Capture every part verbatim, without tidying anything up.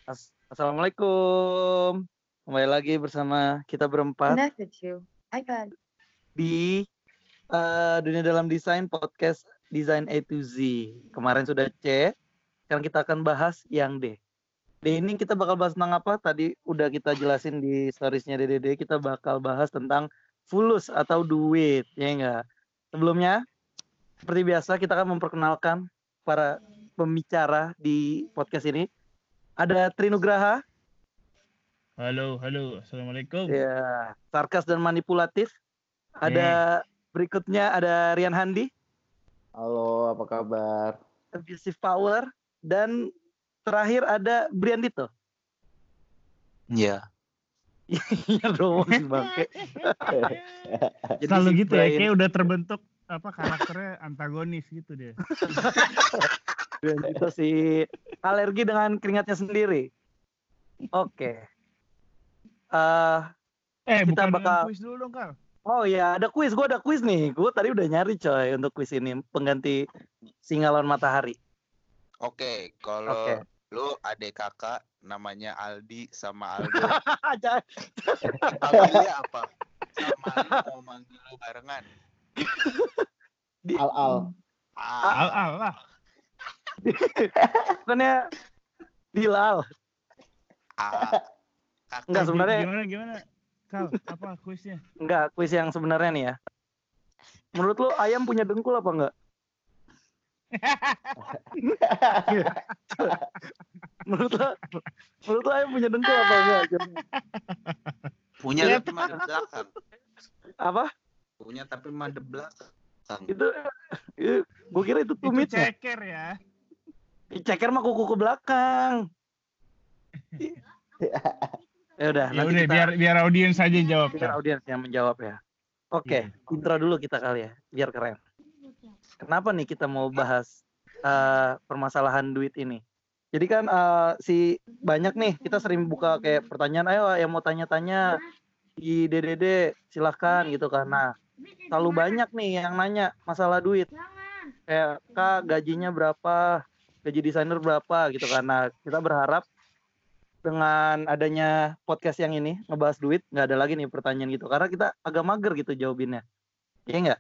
As- Assalamualaikum. Kembali lagi bersama kita berempat Message you. iPad. di eh, Dunia Dalam Desain Podcast Design A to Z. Kemarin sudah C, sekarang kita akan bahas yang D. D ini kita bakal bahas tentang apa? Tadi udah kita jelasin di storiesnya D D D, kita bakal bahas tentang fulus atau duit, ya enggak? Sebelumnya, seperti biasa kita akan memperkenalkan para pembicara di podcast ini. Ada Trinugraha. Halo, halo, assalamualaikum. Ya, sarkas dan manipulatif. Ada berikutnya ada Rian Handi, Halo, apa kabar? abusive power, dan terakhir ada Brian Dito. Iya. Iya dong si bangke. Jadi Selalu si gitu ya, Brian- kayak udah terbentuk apa karakternya antagonis gitu deh. Brian Dito si alergi dengan keringatnya sendiri. Oke. Eh, Eh, Kita bukan bakal- dengan kuis dulu dong, Kal. oh iya, ada kuis. Gue ada kuis nih. Gue tadi udah nyari coy untuk kuis ini pengganti Singa Lawan Matahari. Oke, kalau Oke. lu adik kakak namanya Aldi sama Aldo, Aja. panggilnya apa? Sama lu mau manggil lu barengan. Al-al. Ah, Al al lah. Bukannya Bilal. ah. Kakak Enggak, sebenarnya Gimana gimana? Kal, apa kuisnya? enggak, kuis yang sebenarnya nih ya. Menurut lo ayam punya dengkul apa enggak? menurut lo menurut lo ayam punya dengkul apa enggak? Coba. punya Lihat. tapi madep belakang. Apa? Punya tapi madep belakang. Itu, itu gue kira itu Itu tumitnya. ceker ya. Ceker mah kuku ke belakang. Ya udah, Ya nanti udah kita biar biar audiens aja yang jawab. biar Kal. audiens yang menjawab ya. Oke, intro dulu kita kali ya, biar keren. Kenapa nih kita mau bahas eh, permasalahan duit ini? Jadi kan eh, si banyak nih, kita sering buka kayak pertanyaan, ayo yang mau tanya-tanya di D D D silahkan gitu kan. Nah, terlalu banyak nih yang nanya masalah duit. Kayak kak gajinya berapa, gaji desainer berapa gitu kan. Nah, kita berharap dengan adanya podcast yang ini ngebahas duit, nggak ada lagi nih pertanyaan gitu. Karena kita agak mager gitu jawabinnya. Iya nggak?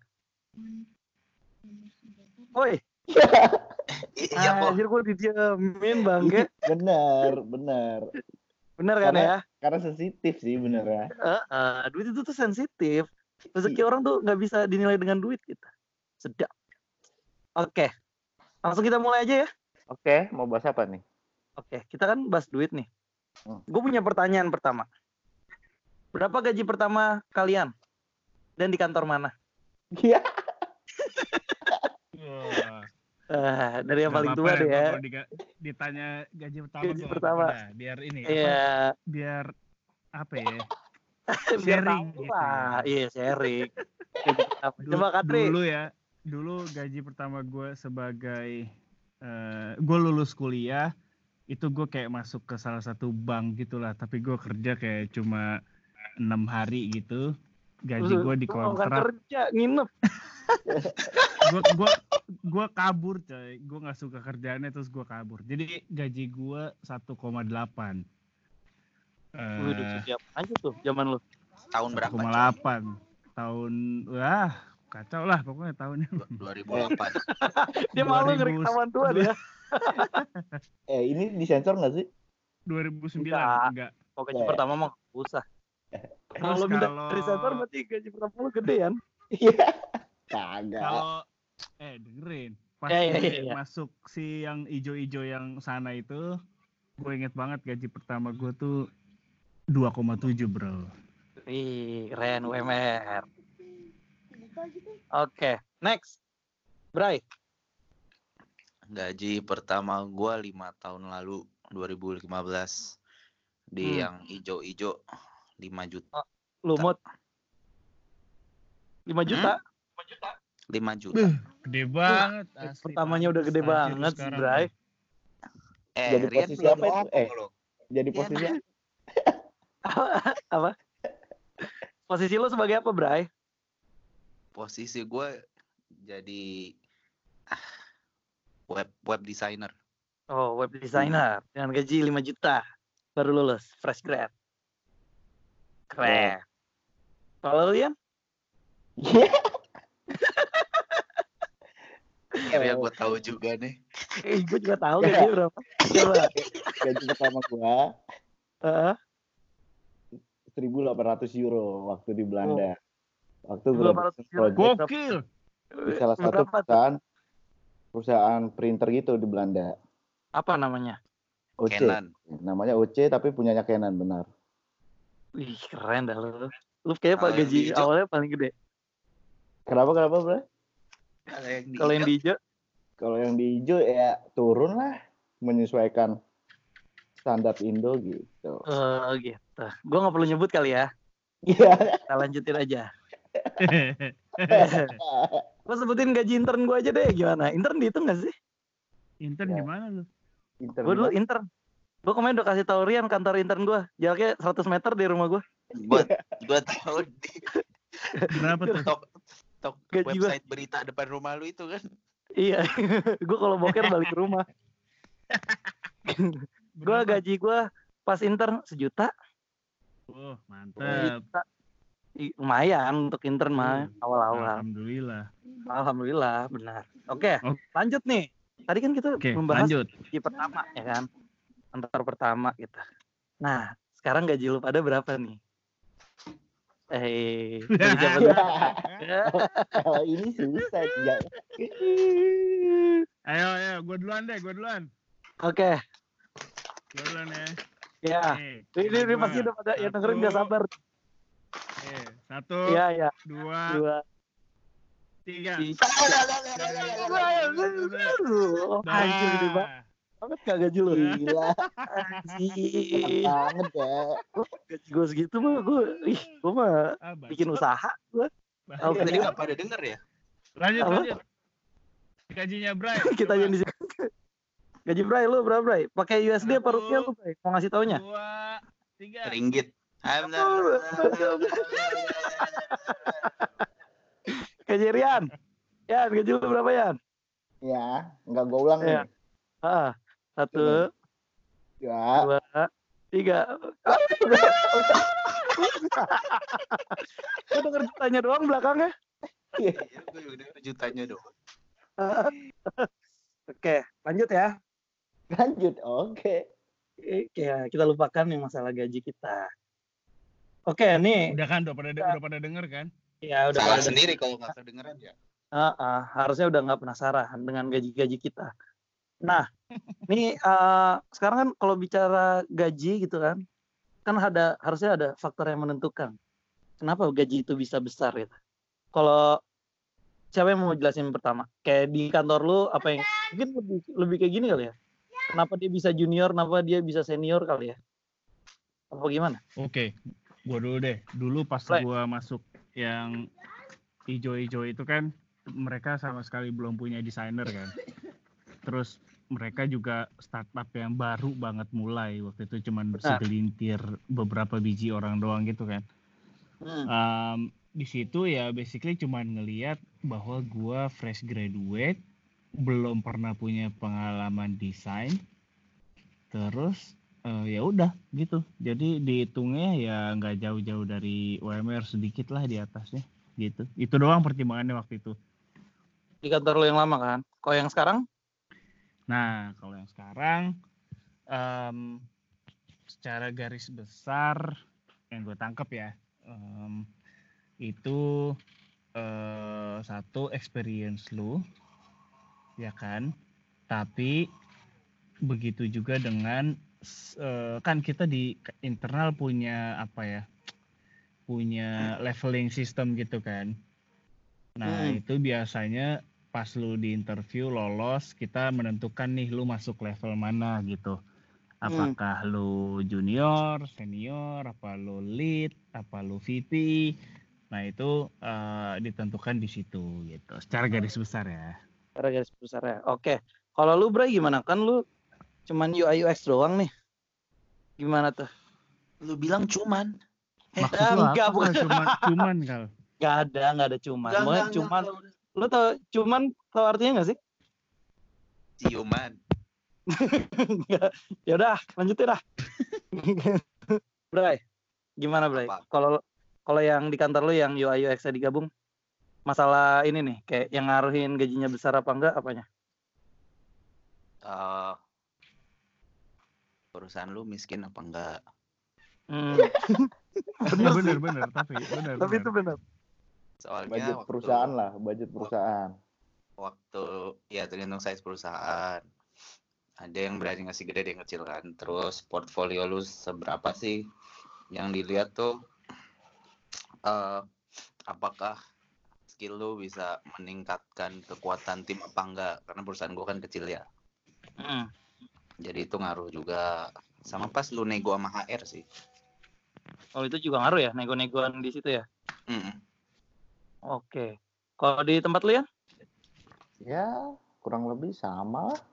Oi, I- Iya kok. anjir gue didiemin bangke. Bener, bener. Bener kan Karena- ya? Karena sensitif sih bener ya. Eh, eh, duit itu tuh sensitif. Rezeki orang tuh nggak bisa dinilai dengan duit kita. Sedap. Oke, langsung kita mulai aja ya. Oke, mau bahas apa nih? Oke, kita kan bahas duit nih. Hmm. Gue punya pertanyaan pertama. Berapa gaji pertama kalian? Dan di kantor mana? Iya. Wah. Eh, dari yang Nggak paling apa-apa tua deh Gua ya. kalau diga- ditanya gaji pertama Gaji gua nggak pertama. apa-apa dah. Biar ini apa? Iya, Biar apa ya? biar Sharing tahu gitu lah. ya. Iya, sharing. Gaji pertama. Du- Coba Katri. Dulu ya, dulu gaji pertama gue sebagai eh gue lulus kuliah itu gue kayak masuk ke salah satu bank gitulah, tapi gue kerja kayak cuma enam hari gitu. Gaji gue Lu bukan dikontrak, kerja, nginep. gue gue gue kabur coy, gue nggak suka kerjaannya terus gue kabur. Jadi gaji gue satu koma delapan. Wih, udah Eh, siap aja tuh zaman lu. Tahun berapa? satu koma delapan tahun, wah kacau lah pokoknya tahunnya. dua ribu delapan. Dia malu ngeri dua ribu ketahuan tua dia. Eh, ini disensor nggak sih? dua ribu sembilan Enggak. enggak. Kalau gaji Eh. pertama mah nggak usah. Kalau Terus lu minta kalau- dari sensor berarti gaji pertama lu gedean. Iya. Kagak. Kalau eh dengerin pas Ya, ya, gue ya, ya. masuk si yang ijo-ijo yang sana itu, gue inget banget gaji pertama gue tuh dua koma tujuh bro. Wih, keren U M R. Oke, next. Bray. Gaji pertama gua lima tahun lalu, dua ribu lima belas. Di Hmm. yang ijo-ijo lima juta. Lumut. lima juta. lima juta. Gede banget. Eh, asli, pertamanya udah pantes gede tajir lu banget sih, sekarang, Bray. Eh, Jadi Rian posisi belum apa itu? ngomong Eh. lu. Jadi Iya, posisi Rian. Apa? Posisi lu sebagai apa, Bray? Posisi gue jadi ah, web web designer. Oh, web designer dengan gaji lima juta. baru lulus, fresh grad. Keren. Kalau lu Yan? Iya. Akhirnya gue tahu juga nih. Eh, gue juga tahu gaji berapa. Coba. Gaji pertama gua Heeh. seribu delapan ratus euro waktu di Belanda. Waktu gua seribu delapan ratus dapat euro. project Gokil. di salah satu Berapa tuh? perusahaan perusahaan printer gitu di Belanda. Apa namanya? O C. Kenan. Namanya O C tapi punyanya Canon, benar. Wih, keren dah lu. Lu kayak pak Kalau yang gaji di hijau? awalnya paling gede. Kenapa kenapa, Bro? Kalau yang di Kalau yang di hijau, Kalau yang di hijau ya turun lah, menyesuaikan standar Indo gitu. oh gitu. Gue nggak perlu nyebut kali ya. Iya. Kita lanjutin aja. Gue sebutin gaji intern gue aja deh. Gimana? Intern dihitung nggak sih? Intern Ya. gimana lu? Gue dulu intern. Gue kemarin udah kasih tau Rian kantor intern gue. Jaraknya seratus meter dari rumah gue. Buat gue tahu di Berapa tuh? tok tok Gaji gua. website berita depan rumah lu itu kan. Iya. Gue kalau boker balik ke rumah. Gue Berapa? gaji gue pas intern sejuta. Oh, mantap. Sejuta. Ih, lumayan untuk intern mah awal-awal. Alhamdulillah. Alhamdulillah, benar. Oke, Oke. lanjut nih. Tadi kan kita Oke, membahas lanjut. gaji pertama, ya kan? Antar pertama gitu. Nah, sekarang gaji lu pada berapa nih? Eh, dari siapa dulu? Kalau ini susah ya. Ayo, ayo, gue duluan deh, gue duluan. Oke, Gue duluan ya. ya. Nih, Ini, ini gua. pasti udah pada yang dengerin gak Satu. sabar. Eh, satu, Iya, iya. dua, Dua, tiga. tiga. Aduh, anjir gede banget. Banget gak gaji lu? Gila. Anjir. Banget ya. Gaji gue segitu mah, gue, ih, gue mah Ah, bacot. bikin usaha gue. Bacot. Oke. Tadi nggak pada denger ya? Lanjut, Apa? lanjut. Gajinya Bray. Kita coba. yang di sini. Gaji Bray lu berapa Bray? Pakai U S D apa rupiah lu Bray? Mau ngasih taunya? Dua, tiga. Ringgit. Gaji Rian. Yan, gaji lu berapa Yan? Ya, enggak gua ulang Iya. nih. Ah, satu, Ya. dua, tiga. Gue denger jutanya doang belakangnya. Iya, gue udah jutanya doang. Oke, lanjut ya. Lanjut. Oke. Oke, kita lupakan yang masalah gaji kita. Oke, nih. Udah kan, udah pada, udah pada denger kan? Ya udah Salah pada- sendiri kalau nggak kedengeran ya. Ah, ah, harusnya udah nggak penasaran dengan gaji-gaji kita. Nah, nih uh, sekarang kan kalau bicara gaji gitu kan, kan ada harusnya ada faktor yang menentukan. Kenapa gaji itu bisa besar gitu? Kalau siapa yang mau jelasin pertama? Kayak di kantor lu apa yang mungkin lebih lebih kayak gini kali ya? Kenapa dia bisa junior? Kenapa dia bisa senior kali ya? Apa gimana? Oke, gua dulu deh. Dulu pas Boleh. gua masuk yang ijo-ijo itu kan mereka sama sekali belum punya desainer kan. Terus mereka juga startup yang baru banget mulai. Waktu itu cuman segelintir beberapa biji orang doang gitu kan. Hmm. Um, di situ ya basically cuman ngelihat bahwa gua fresh graduate, belum pernah punya pengalaman desain. Terus uh, ya udah gitu. Jadi dihitungnya ya nggak jauh-jauh dari U M R, sedikit lah di atasnya gitu. Itu doang pertimbangannya waktu itu. Di kantor lu yang lama kan? Kalau yang sekarang? Nah, kalau yang sekarang um, secara garis besar yang gue tangkep ya, um, itu uh, satu experience lu, ya kan? Tapi begitu juga dengan uh, kan kita di internal punya apa ya? Punya leveling system gitu kan. Nah, Hmm. itu biasanya pas lu di interview lolos, kita menentukan nih lu masuk level mana gitu. Apakah hmm. lu junior, senior, apa lu lead, apa lu V P. Nah, itu uh, ditentukan di situ gitu. Secara garis besar ya. Secara garis besar ya. Oke. Kalau lu Bray gimana? Kan lu cuman U I U X doang nih. Gimana tuh? Lu bilang cuman. Maksud Eh, lu enggak, apa? bukan. Kal? Cuman, cuman Kal. Gak ada, gak ada cuman. Enggak, Pokoknya enggak, cuman. enggak, Lu tau cuman tau artinya gak sih? ciuman. Ya udah, lanjutin dah. Bray, gimana Bray? Apa? Kalau kalau yang di kantor lu yang U I U X-nya digabung, masalah ini nih, kayak yang ngaruhin gajinya besar apa enggak apanya? Eh, perusahaan lu miskin apa enggak? Hmm. Ya Bener sih, bener bener tapi bener tapi bener. itu benar. Soalnya Budget waktu perusahaan lah, budget perusahaan. waktu ya tergantung size perusahaan. Ada yang berani ngasih gede, ada yang kecil kan. Terus portfolio lu seberapa sih? Yang dilihat tuh eh apakah skill lu bisa meningkatkan kekuatan tim apa enggak? Karena perusahaan gua kan kecil ya. Hmm. Jadi itu ngaruh juga. Sama pas lu nego sama H R sih. Oh itu juga ngaruh ya, nego-negoan di situ ya? Mm-mm. Oke. Kalau di tempat lu ya? Ya, kurang lebih sama lah.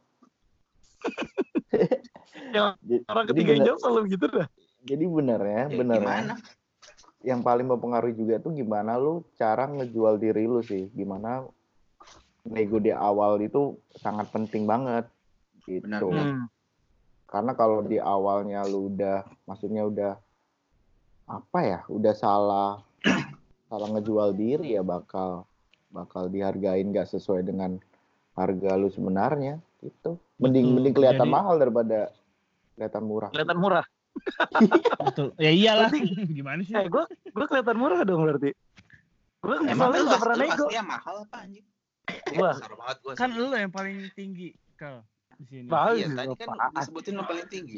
Yang Jadi, orang jadi ketiga yang bener, jawab selalu gitu dah. jadi bener ya, Ya, bener ya. gimana? Yang paling mempengaruhi juga tuh gimana lu cara ngejual diri lu sih. Gimana nego di awal itu sangat penting banget gitu. Benar, benar. Hmm. Karena kalau di awalnya lu udah, maksudnya udah apa ya, udah salah salah ngejual diri ya bakal bakal dihargain gak sesuai dengan harga lu sebenarnya gitu. Mending Betul, mending kelihatan jadi- mahal daripada kelihatan murah. Kelihatan murah. Betul. Ya iyalah. Berarti- Gimana sih? Eh, gue gue kelihatan murah dong berarti. Gue Emang soalnya lu, udah pernah lu nego. aslinya mahal apa anjing? Wah. Besar banget gua. Kan lu yang paling tinggi Kal di sini. Mahal Iya, sih, tadi kan apaan. disebutin lu paling tinggi.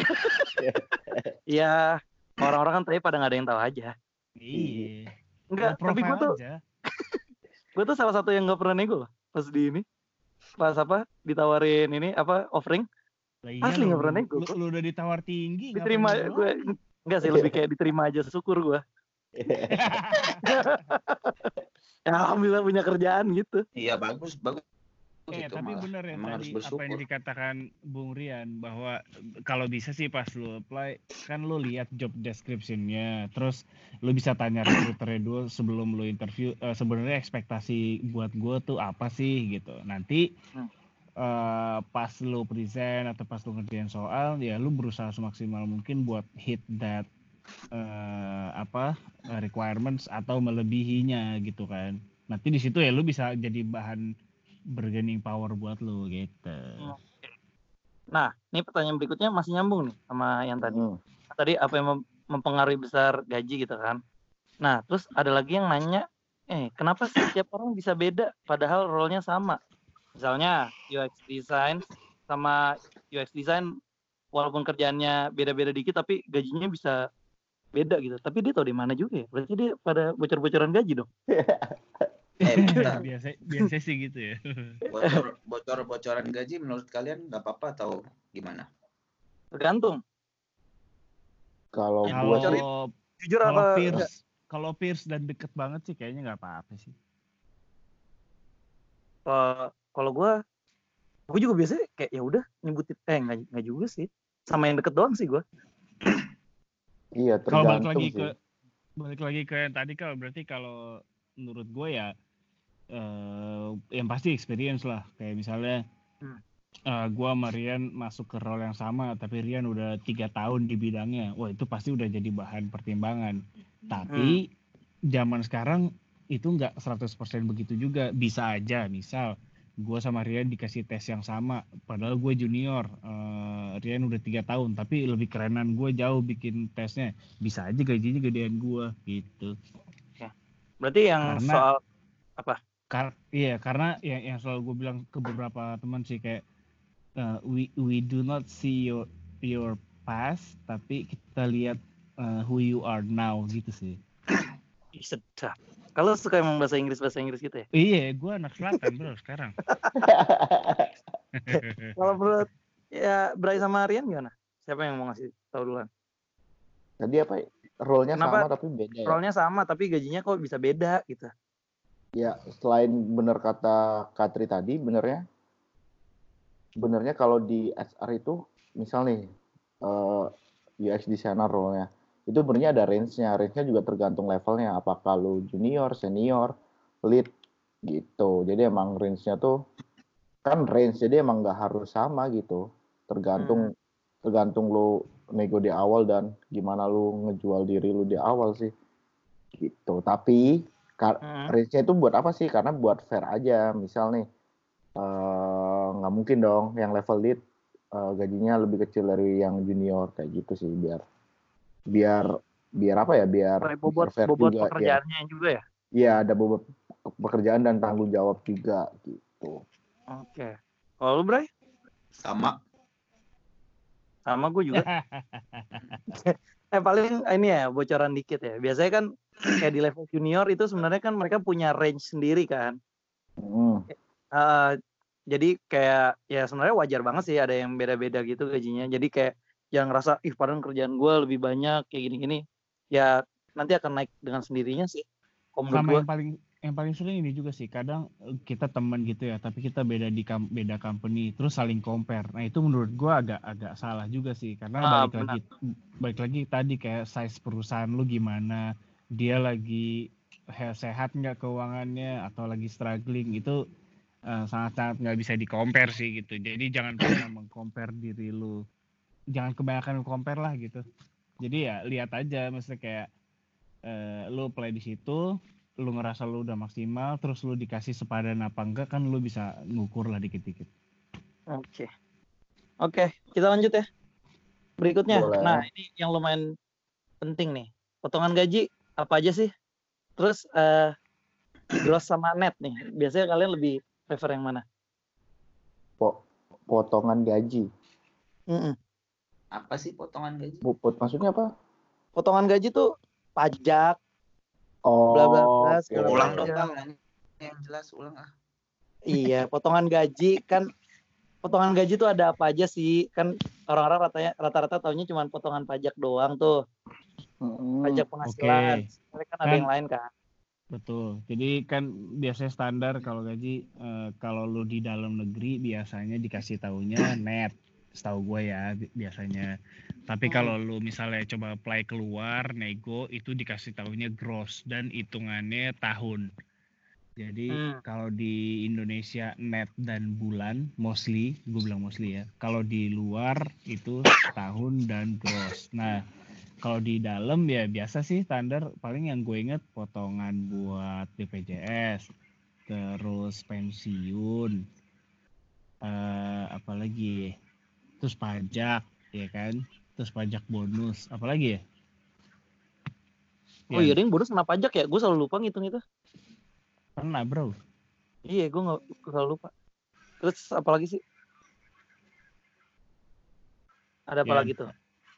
Ya, orang-orang kan tadi pada nggak ada yang tahu aja. Iya. Enggak, Low tapi gue profile tuh aja. gue tuh salah satu yang nggak pernah nego loh pas di ini. Pas apa ditawarin ini apa offering Lah iya, asli lu- nggak pernah lu- nego. Lu, lu udah ditawar tinggi. ngapain Diterima nego gue lagi? enggak sih lebih kayak diterima aja syukur gue. Ya, alhamdulillah punya kerjaan gitu. Iya, bagus, bagus. Eh, Itu tapi malah. bener ya Emang harus tadi apa yang bersyukur. dikatakan Bung Rian bahwa eh, kalau bisa sih pas lu apply kan lu lihat job description-nya, terus lu bisa tanya recruiter-nya dulu sebelum lu interview eh, sebenarnya ekspektasi buat gue tuh apa sih gitu. Nanti Hmm. eh, pas lu present atau pas lu ngerjain soal ya lu berusaha semaksimal mungkin buat hit that eh, apa eh, requirements atau melebihinya gitu kan. Nanti di situ ya lu bisa jadi bahan bargaining power buat lu gitu. Nah, ini pertanyaan berikutnya masih nyambung nih sama yang tadi. Hmm. Tadi apa yang mem- mempengaruhi besar gaji gitu kan. Nah, terus ada lagi yang nanya, eh kenapa sih tiap orang bisa beda padahal role-nya sama? Misalnya U X design sama U X design walaupun kerjaannya beda-beda dikit tapi gajinya bisa beda gitu. Tapi dia tahu di mana juga ya. Berarti dia pada bocor-bocoran gaji dong. Eh, bentar. biasa biasa sih gitu ya. Bocor, bocor-bocoran gaji menurut kalian nggak apa-apa atau gimana? Tergantung. Kalau Yang gua bocorin sih Kalau jujur kalau apa enggak? Pierce kalau Pierce dan deket banget sih kayaknya nggak apa-apa sih. Kalau kalau gue, gue juga biasanya kayak ya udah nyebutin, eh nggak nggak juga sih, sama yang deket doang sih gue. iya Kalau balik tergantung lagi sih. ke balik lagi ke yang tadi kalau berarti kalau menurut gue ya eh yang pasti experience lah kayak misalnya Hmm. eh, gue sama Rian masuk ke role yang sama tapi Rian udah tiga tahun di bidangnya, wah itu pasti udah jadi bahan pertimbangan. Tapi zaman sekarang itu nggak seratus persen begitu juga, bisa aja misal gue sama Rian dikasih tes yang sama padahal gue junior, eh, Rian udah tiga tahun tapi lebih kerenan gue jauh bikin tesnya, bisa aja gajinya gedean gue gitu. Berarti yang Karena- soal Kar- iya karena yang yang selalu gue bilang ke beberapa teman sih kayak uh, we we do not see your your past tapi kita lihat uh, who you are now gitu sih. ih, sedap. Kalau suka emang bahasa Inggris bahasa Inggris gitu ya. Iya, gue anak selatan bro sekarang. Kalau menurut ya Bray sama Rian gimana? Siapa yang mau ngasih tahu duluan? Tadi apa? Role-nya Kenapa sama tapi beda ya. Role-nya sama tapi gajinya kok bisa beda gitu. Ya, selain bener kata Katri tadi, benernya benernya kalau di H R itu misal nih eh, U X designer role-nya itu benernya ada range-nya. Range-nya juga tergantung levelnya, apakah lu junior, senior, lead gitu. Jadi emang range-nya tuh kan range, jadi emang nggak harus sama gitu. Tergantung tergantung lu nego di awal dan gimana lu ngejual diri lu di awal sih gitu. Tapi Hmm. range-nya itu buat apa sih? Karena buat fair aja. Misal nih nggak uh, mungkin dong yang level lead uh, gajinya lebih kecil dari yang junior kayak gitu sih, biar biar biar apa ya biar, bobot, biar fair bobot juga pekerjaannya ya. juga ya. Iya, ada bobot pekerjaan dan tanggung jawab juga gitu. Oke. Kalau lu, Bray? Sama. Sama gue juga. eh paling ini ya bocoran dikit ya. Biasanya kan kayak di level junior itu sebenarnya kan mereka punya range sendiri kan. Hmm. Uh, jadi kayak ya sebenarnya wajar banget sih ada yang beda-beda gitu gajinya. Jadi kayak yang ngerasa ih padahal kerjaan gue lebih banyak kayak gini-gini. Ya nanti akan naik dengan sendirinya sih. Sama gua. yang paling yang paling sering ini juga sih, kadang kita teman gitu ya, tapi kita beda di kam- beda company, terus saling compare. Nah itu menurut gue agak agak salah juga sih, karena ah, balik benar. lagi balik lagi tadi kayak size perusahaan lu gimana, dia lagi sehat nggak keuangannya atau lagi struggling, itu uh, sangat-sangat nggak bisa di compare sih gitu. Jadi jangan pernah meng-compare diri lu, jangan kebanyakan compare lah gitu. Jadi ya lihat aja, maksudnya kayak uh, lu play di situ, lu ngerasa lu udah maksimal, terus lu dikasih sepadan apa enggak, kan lu bisa ngukur lah dikit-dikit. Oke. Oke, kita lanjut ya. Berikutnya. Boleh. Nah, ini yang lumayan penting nih. Potongan gaji apa aja sih? Terus uh, gross sama net nih. Biasanya kalian lebih prefer yang mana? Po- potongan gaji. Mm-mm. Apa sih potongan gaji? Pot maksudnya apa? Potongan gaji tuh pajak. Oh, bla bla bla segala ulang macam. dong Kang, yang jelas ulang ah. Iya, potongan gaji kan potongan gaji tuh ada apa aja sih? Kan orang-orang ratanya rata-rata taunya cuma potongan pajak doang tuh. Mm-hmm. Pajak penghasilan. Oke. Kan ada yang lain kan. Betul. Jadi kan biasanya standar kalau gaji eh, kalau lu di dalam negeri biasanya dikasih taunya net. Setahu gue ya biasanya. Tapi hmm. kalau lu misalnya coba apply keluar nego itu dikasih taunya gross dan hitungannya tahun. Jadi hmm. kalau di Indonesia net dan bulan mostly, gue bilang mostly ya. Kalau di luar itu tahun dan gross. Nah, kalau di dalam ya biasa sih standar, paling yang gue inget potongan buat B P J S, terus pensiun, uh, apalagi, terus pajak, ya kan, terus pajak bonus, apalagi ya? Oh iya, ding bonus sama pajak ya, gue selalu lupa ngitung itu. Pernah bro? Iya, gue nggak selalu lupa. Terus apalagi sih? Ada apa ya. lagi tuh?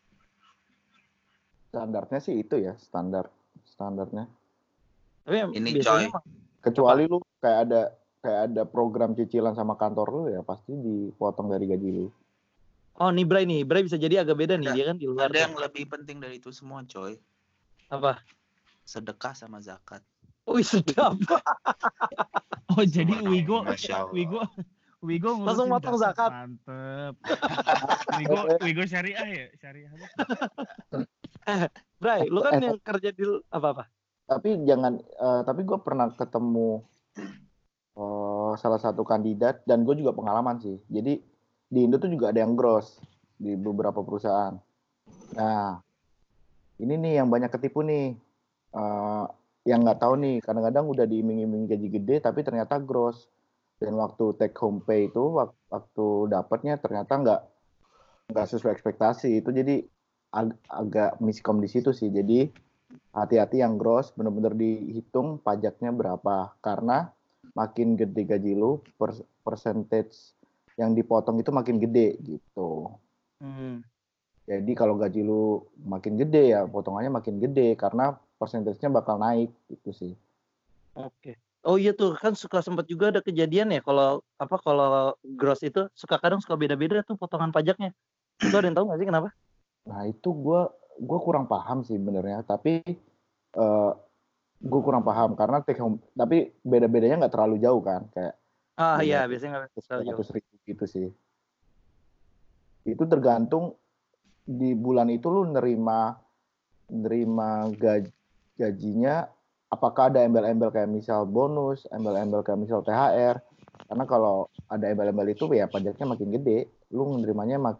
Standarnya sih itu ya, standar standarnya. Tapi ini coy, kecuali apa? Lu kayak ada kayak ada program cicilan sama kantor lu ya pasti dipotong dari gaji lu. Oh, nih Bray nih, Bray bisa jadi agak beda ada, nih, dia kan di luar. Ada tuh. Yang lebih penting dari itu semua, coy. Apa? Sedekah sama zakat. Wih, sedap. Oh, jadi Wigo, Wigo, Wigo langsung potong zakat. Mantep. Wigo, Wigo syariah ya, syariah apa? Eh, Bray, lu kan yang kerja di apa-apa? Tapi jangan, uh, tapi gue pernah ketemu uh, salah satu kandidat dan gue juga pengalaman sih. Jadi di Indo tuh juga ada yang gross di beberapa perusahaan. Nah, ini nih yang banyak ketipu nih. Uh, yang nggak tahu nih, kadang-kadang udah diiming-iming gaji gede tapi ternyata gross. Dan waktu take home pay itu, waktu dapatnya ternyata nggak nggak sesuai ekspektasi. Itu jadi ag- agak miskom di situ sih. Jadi hati-hati yang gross, benar-benar dihitung pajaknya berapa. Karena makin gede gaji lu, percentage yang dipotong itu makin gede gitu. Hmm. Jadi kalau gaji lu makin gede ya potongannya makin gede karena persentasenya bakal naik gitu sih. Oke. Oh iya tuh kan suka sempat juga ada kejadian ya kalau apa kalau gross itu suka kadang suka beda-beda tuh potongan pajaknya. Itu ada yang tahu nggak sih kenapa? Nah itu gue gue kurang paham sih benernya. Tapi uh, gue kurang paham karena take home. Tapi beda-bedanya nggak terlalu jauh kan kayak. Ah iya biasanya nggak terlalu jauh. seratus ribu gitu sih. Itu tergantung di bulan itu lu nerima nerima gaj, gajinya apakah ada embel-embel kayak misal bonus, embel-embel kayak misal T H R. Karena kalau ada embel-embel itu ya pajaknya makin gede, lu menerimanya makin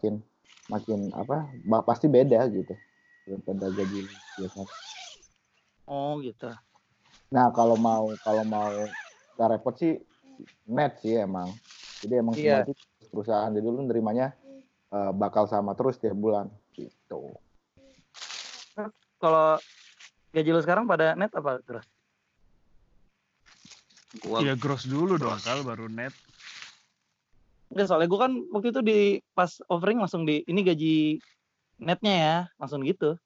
makin apa ba- pasti beda gitu daripada gaji biasa. Oh gitu. Nah kalau mau kalau mau nggak repot sih net sih emang. Jadi emang semua Iya. itu perusahaan jadi lu nerimanya uh, bakal sama terus tiap bulan gitu. Kalau gaji lu sekarang pada net apa gross? Gua Ya gross dulu dong kal baru net. Enggak, soalnya gue kan waktu itu di pas offering langsung di ini gaji netnya ya, langsung gitu.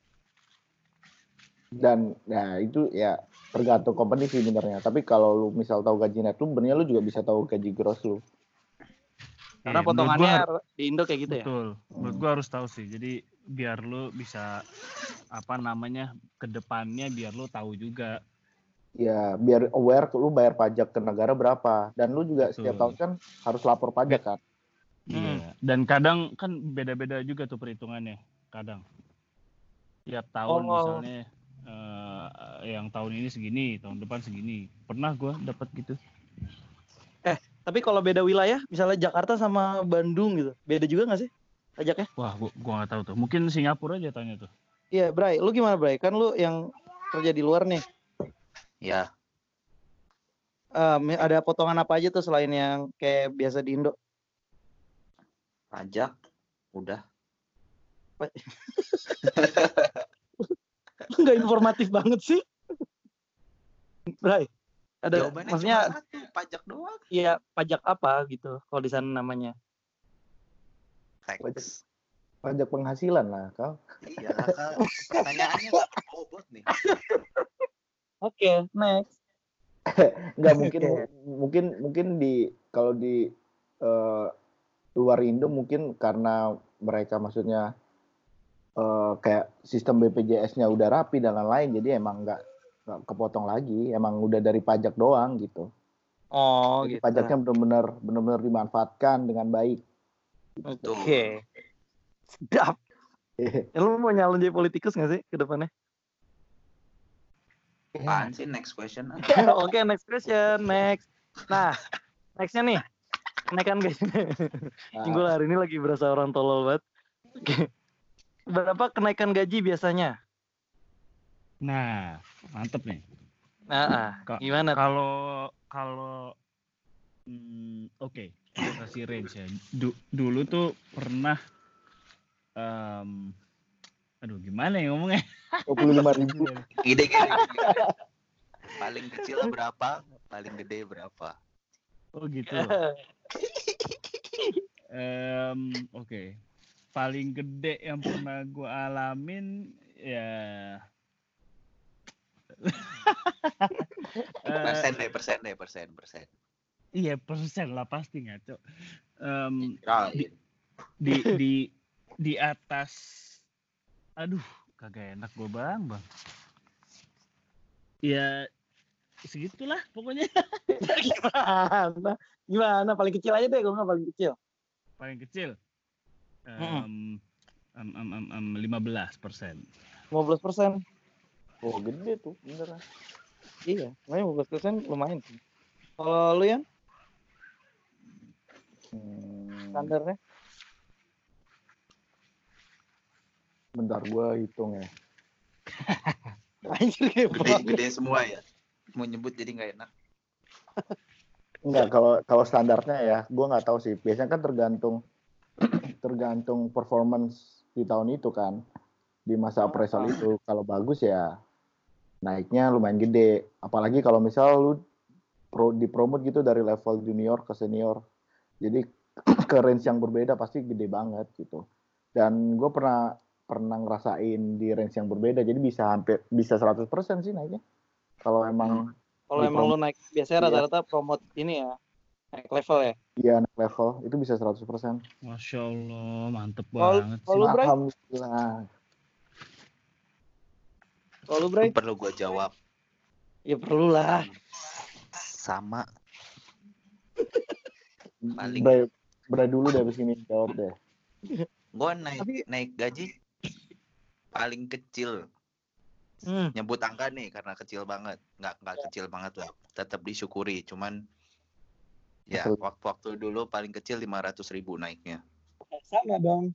Dan nah itu ya tergantung company sih benernya. Tapi kalau lu misal tahu gaji net lu, benernya lu juga bisa tahu gaji gross lu. Karena Iya, menurut gua potongannya har- di Indo kayak gitu ya. betul. Menurut gua harus tahu sih. Jadi biar lu bisa apa namanya ke depannya biar lu tahu juga. Ya biar aware lu bayar pajak ke negara berapa. Dan lu juga Betul. setiap tahun kan harus lapor pajak kan. Iya. Dan kadang kan beda-beda juga tuh perhitungannya. Kadang tiap tahun Oh. misalnya eh, yang tahun ini segini, tahun depan segini. Pernah gua dapat gitu. Eh, tapi kalau beda wilayah, misalnya Jakarta sama Bandung gitu, beda juga nggak sih pajaknya? Wah, gua gua nggak tahu tuh. Mungkin Singapura aja tanya tuh. Iya, Bray, lu gimana Bray? Kan lu yang kerja di luar nih. ya Um, ada potongan apa aja tuh selain yang kayak biasa di Indo? pajak udah. Nggak informatif banget sih. Bray, ada Jawabannya maksudnya cuma satu, pajak doang. iya pajak apa gitu kalau di sana namanya? Tax. Pajak penghasilan lah kau. Iya lah Kak. Pertanyaannya nggak bobot nih. Oke, okay, next. Nggak mungkin Oke. mungkin mungkin di kalau di uh, luar Indo mungkin karena mereka maksudnya uh, kayak sistem B P J S-nya udah rapi dan lain-lain jadi emang nggak nggak kepotong lagi emang udah dari pajak doang gitu. Oh, Jadi gitu. pajaknya benar-benar benar-benar dimanfaatkan dengan baik. Oke. Okay. Sedap. Ya, lu mau nyalon jadi politikus nggak sih ke depannya? Apaan sih next question? Oke, okay, next question, next. Nah, nextnya nih, kenaikan gaji. Minggu hari ini lagi berasa orang tolol banget. Berapa kenaikan gaji biasanya? Nah, mantep nih. Nah, Ka- gimana? Kalau kalau hmm, oke, okay. Kita kasih range ya. Du- dulu tuh pernah um, aduh gimana ya ngomongnya? dua puluh lima ribu. Ide gini. Paling kecil berapa? Paling gede berapa? Oh gitu. um, oke. Okay. Paling gede yang pernah gue alamin ya persen deh, persen deh, persen, persen. Iya persen lah pasti ngaco. Um, ya, di, di di di atas, aduh kagak enak gue bang bang. Ya segitulah pokoknya. Gimana? Gimana? Paling kecil aja deh, gue nggak paling kecil. Paling kecil. Um, um, um, um, um, lima belas persen. lima belas persen. Oh gede tuh beneran. Iya, makanya lima belas persen lumayan sih. Kalau lu yang Hmm, standarnya? bentar gua hitung ya. Anjir kayak Gede-gede semua ya. Mau nyebut jadi nggak enak. Enggak, kalau kalau standarnya ya, gua nggak tahu sih. Biasanya kan tergantung tergantung performance di tahun itu kan. Di masa appraisal itu kalau bagus ya naiknya lumayan gede. Apalagi kalau misal lu pro dipromot gitu dari level junior ke senior. Jadi ke range yang berbeda pasti gede banget gitu. Dan gue pernah pernah ngerasain di range yang berbeda. Jadi bisa hampir bisa seratus persen sih naiknya. Kalau emang kalau emang lu naik biasanya rata-rata promote ini ya. Naik level ya? Iya, naik level itu bisa seratus persen. Masya Allah, mantep Kalo, banget sih. Bray? Alhamdulillah. Kalau Bray? Perlu gue jawab. Ya perlu lah. Sama. Paling. Bray, Bray dulu deh abis ini jawab deh. Gue naik Tapi... naik gaji paling kecil. Hmm. Nyebut angka nih karena kecil banget. Nggak nggak ya. Kecil banget lah. Tetap disyukuri. Cuman ya waktu-waktu dulu paling kecil lima ratus ribu naiknya. Sama dong.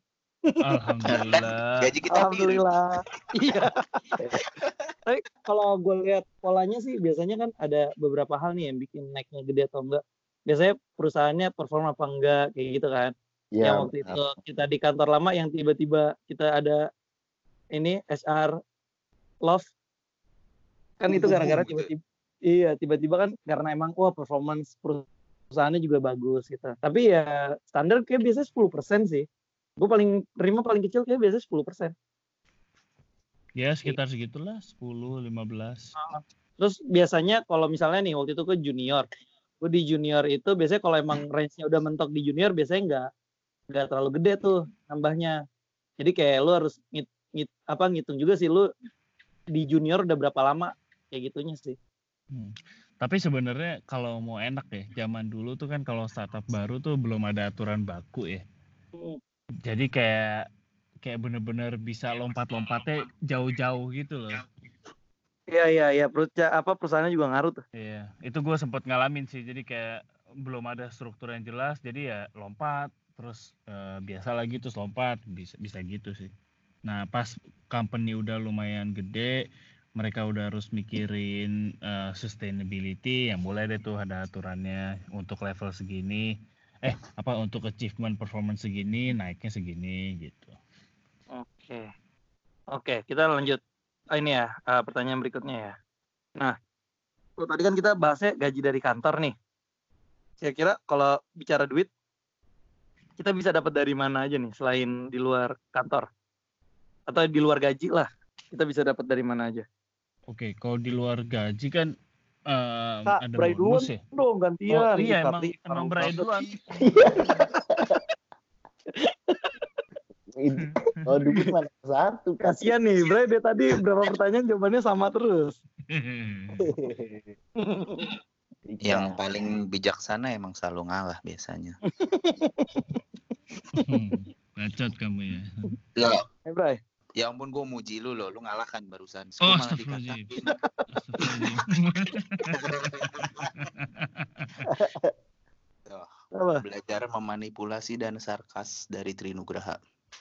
Alhamdulillah. Gaji kita miring. Alhamdulillah. Iya. Tapi kalau gue lihat polanya sih biasanya kan ada beberapa hal nih yang bikin naiknya gede atau enggak. Biasanya perusahaannya perform apa enggak kayak gitu kan. Iya, Yang waktu itu kita di kantor lama yang tiba-tiba kita ada ini H R love kan itu gara-gara Gitu. tiba-tiba iya tiba-tiba kan karena emang wah performance perusahaannya juga bagus gitu. Tapi ya standar kayak biasanya sepuluh persen sih. Gue paling terima paling kecil kayak biasanya sepuluh persen. Ya sekitar segitulah, sepuluh, lima belas. Terus biasanya kalau misalnya nih waktu itu ke junior, gue di junior itu biasanya kalau emang range-nya udah mentok di junior biasanya nggak nggak terlalu gede tuh nambahnya. Jadi kayak lu harus ngit, ngit, apa ngitung juga sih lu di junior udah berapa lama kayak gitunya sih. Hmm. Tapi sebenarnya kalau mau enak ya, zaman dulu tuh kan kalau startup baru tuh belum ada aturan baku ya. Hmm. Jadi kayak kayak bener-bener bisa lompat-lompatnya jauh-jauh gitu loh. Iya iya iya perusahaan apa perusahaannya juga ngaruh tuh. Iya, itu gue sempat ngalamin sih. Jadi kayak belum ada struktur yang jelas, jadi ya lompat, terus eh, biasa lagi terus lompat, bisa bisa gitu sih. Nah pas company udah lumayan gede, mereka udah harus mikirin eh, sustainability, yang mulai deh tuh ada aturannya untuk level segini, eh apa untuk achievement performance segini, naiknya segini gitu. Oke oke kita lanjut. Ah, ini ya uh, pertanyaan berikutnya ya. Nah oh, tadi kan kita bahasnya gaji dari kantor nih. Kira-kira kalau bicara duit kita bisa dapat dari mana aja nih selain di luar kantor atau di luar gaji lah kita bisa dapat dari mana aja. Oke, kalau di luar gaji kan um, Kak, ada Bray bonus duluan ya. dong gantian. Oh iya Ih, emang Karli, emang parah Bray banget. duluan. kalau duit mana satu kan. Kasian nih, Bray dia tadi berapa pertanyaan jawabannya sama terus. Yang paling bijaksana emang selalu ngalah biasanya. Bacot kamu ya. Lo, Eh, Bray. ya ampun gue muji lu loh, lu ngalah kan barusan. Terus Oh, gua malah astagfirullahaladzim. dikatain. Tuh, Apa? belajar memanipulasi dan sarkas dari Trinugraha.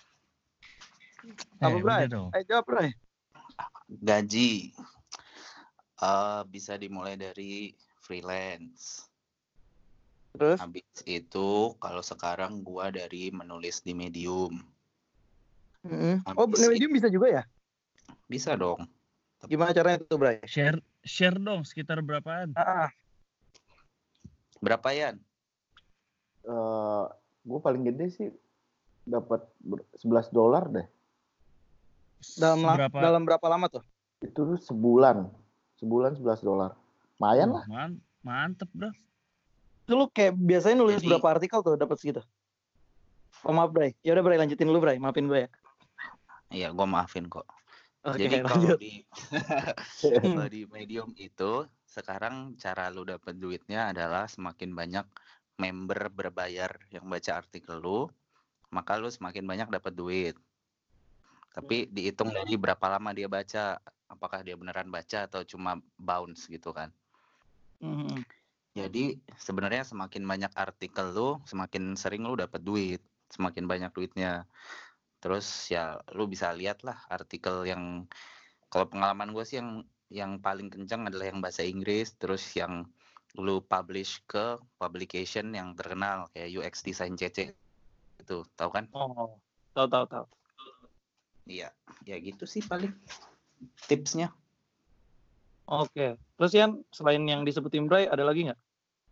Apa, Eh, Bray? udah dong. Ayo jawab, Bray. Gaji uh, bisa dimulai dari freelance. Terus? Habis itu kalau sekarang gua dari menulis di Medium. Mm-hmm. Habis Oh, Medium bisa juga ya? Bisa dong. Gimana caranya itu, Bray? Share share dong sekitar berapaan? Ah, Berapa Yan? Uh, gue paling gede sih dapat sebelas dolar deh. dalam la- Berapa? dalam berapa lama tuh? Itu sebulan. Sebulan sebelas dolar. Lumayan Oh, lah. man- mantep bro. Itu lu kayak biasanya nulis Jadi- berapa artikel tuh dapat segitu? Oh, maaf, Bray. Ya udah, Bray, lanjutin dulu, Bray. Maafin gue ya. Iya, gua maafin kok. Oke, Jadi kalau lanjut. di kalau di Medium itu sekarang cara lu dapat duitnya adalah semakin banyak member berbayar yang baca artikel lu, maka lu semakin banyak dapat duit. Tapi dihitung dari berapa lama dia baca, apakah dia beneran baca atau cuma bounce gitu kan. Mhm. Jadi sebenarnya semakin banyak artikel lu, semakin sering lu dapat duit, semakin banyak duitnya. Terus ya lu bisa lihat lah artikel yang, kalau pengalaman gue sih yang yang paling kencang adalah yang bahasa Inggris, terus yang lu publish ke publication yang terkenal kayak U X Design C C itu, tahu kan? Oh, tahu tahu tahu. Iya, ya gitu sih paling tipsnya. Oke. Terus Yan, selain yang disebutin Bray, ada lagi nggak?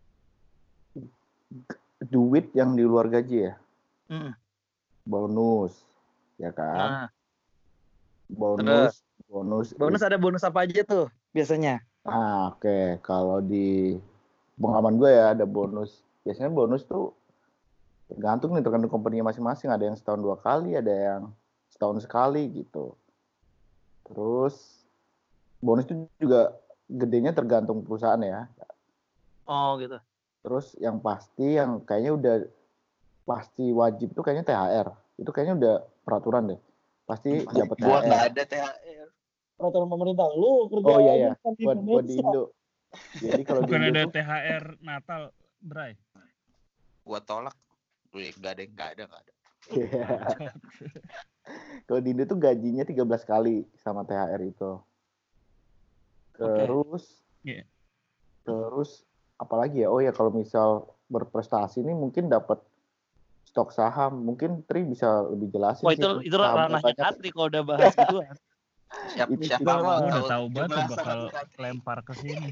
Duit yang di luar gaji ya. Hmm. Bonus. Ya kan? Nah, bonus. Bonus. bonus ada bonus apa aja tuh biasanya? Ah, oke. Okay. Kalau di pengalaman gue ya ada bonus. Biasanya bonus tuh tergantung nih, tergantung company masing-masing. Ada yang setahun dua kali, ada yang setahun sekali gitu. Terus bonus itu juga gedenya tergantung perusahaan ya. Oh gitu. Terus yang pasti, yang kayaknya udah pasti wajib itu kayaknya T H R. Itu kayaknya udah peraturan deh. Pasti dapat T H R. Gua nggak ada T H R. Peraturan pemerintah lu kerja Oh iya ya. di Buat, buat di Indo. Jadi kalau di Bukan Indo ada tuh T H R Natal, Bray. Gua tolak. Wih, nggak ada, nggak ada, nggak ada. Iya. Kalau di Indo tuh gajinya tiga belas kali sama T H R itu. Oke. Terus Iya. terus apalagi ya? Oh ya, kalau misal berprestasi nih mungkin dapat stok saham. Mungkin Tri bisa lebih jelasin Wah sih itu itu sahamnya ranahnya banyak. Katri kalau udah bahas gituan. Siap, Itu siapa Gue mau gue udah tahu tahu banget tuh jumlah bakal saham Katri? lempar ke sini.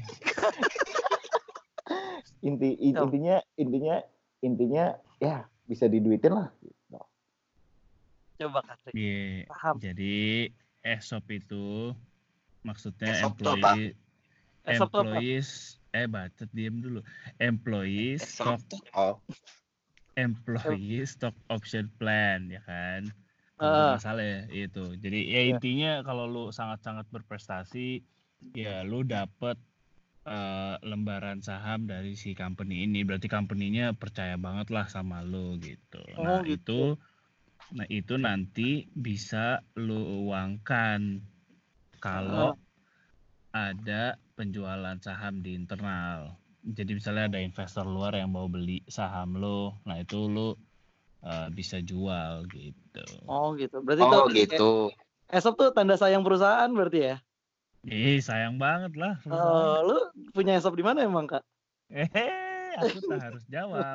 inti in- Siap. intinya intinya intinya ya bisa diduitin lah. Gitu. Coba Katri. Iya. Paham. Jadi E S O P itu maksudnya E S O P tuh apa? employee Esop tuh apa? employees eh bacot diem dulu. Employee E S O P stock tuh oh employee stock option plan ya kan. Kalau gue Ah, nggak salah ya itu. Jadi ya Iya. intinya kalau lu sangat-sangat berprestasi ya lu dapet eh, lembaran saham dari si company ini. Berarti company-nya percaya banget lah sama lu gitu. Oh Nah gitu. itu nah itu nanti bisa lu uangkan kalau Ah, ada penjualan saham di internal. Jadi misalnya ada investor luar yang mau beli saham lo, nah itu lo eh, bisa jual gitu. Oh gitu. Berarti tuh oh eh, gitu. Esop tuh tanda sayang perusahaan berarti ya? Ih sayang banget lah Eh, perusahaan. lu punya Esop di mana emang Kak? Eh, aku tak harus jawab.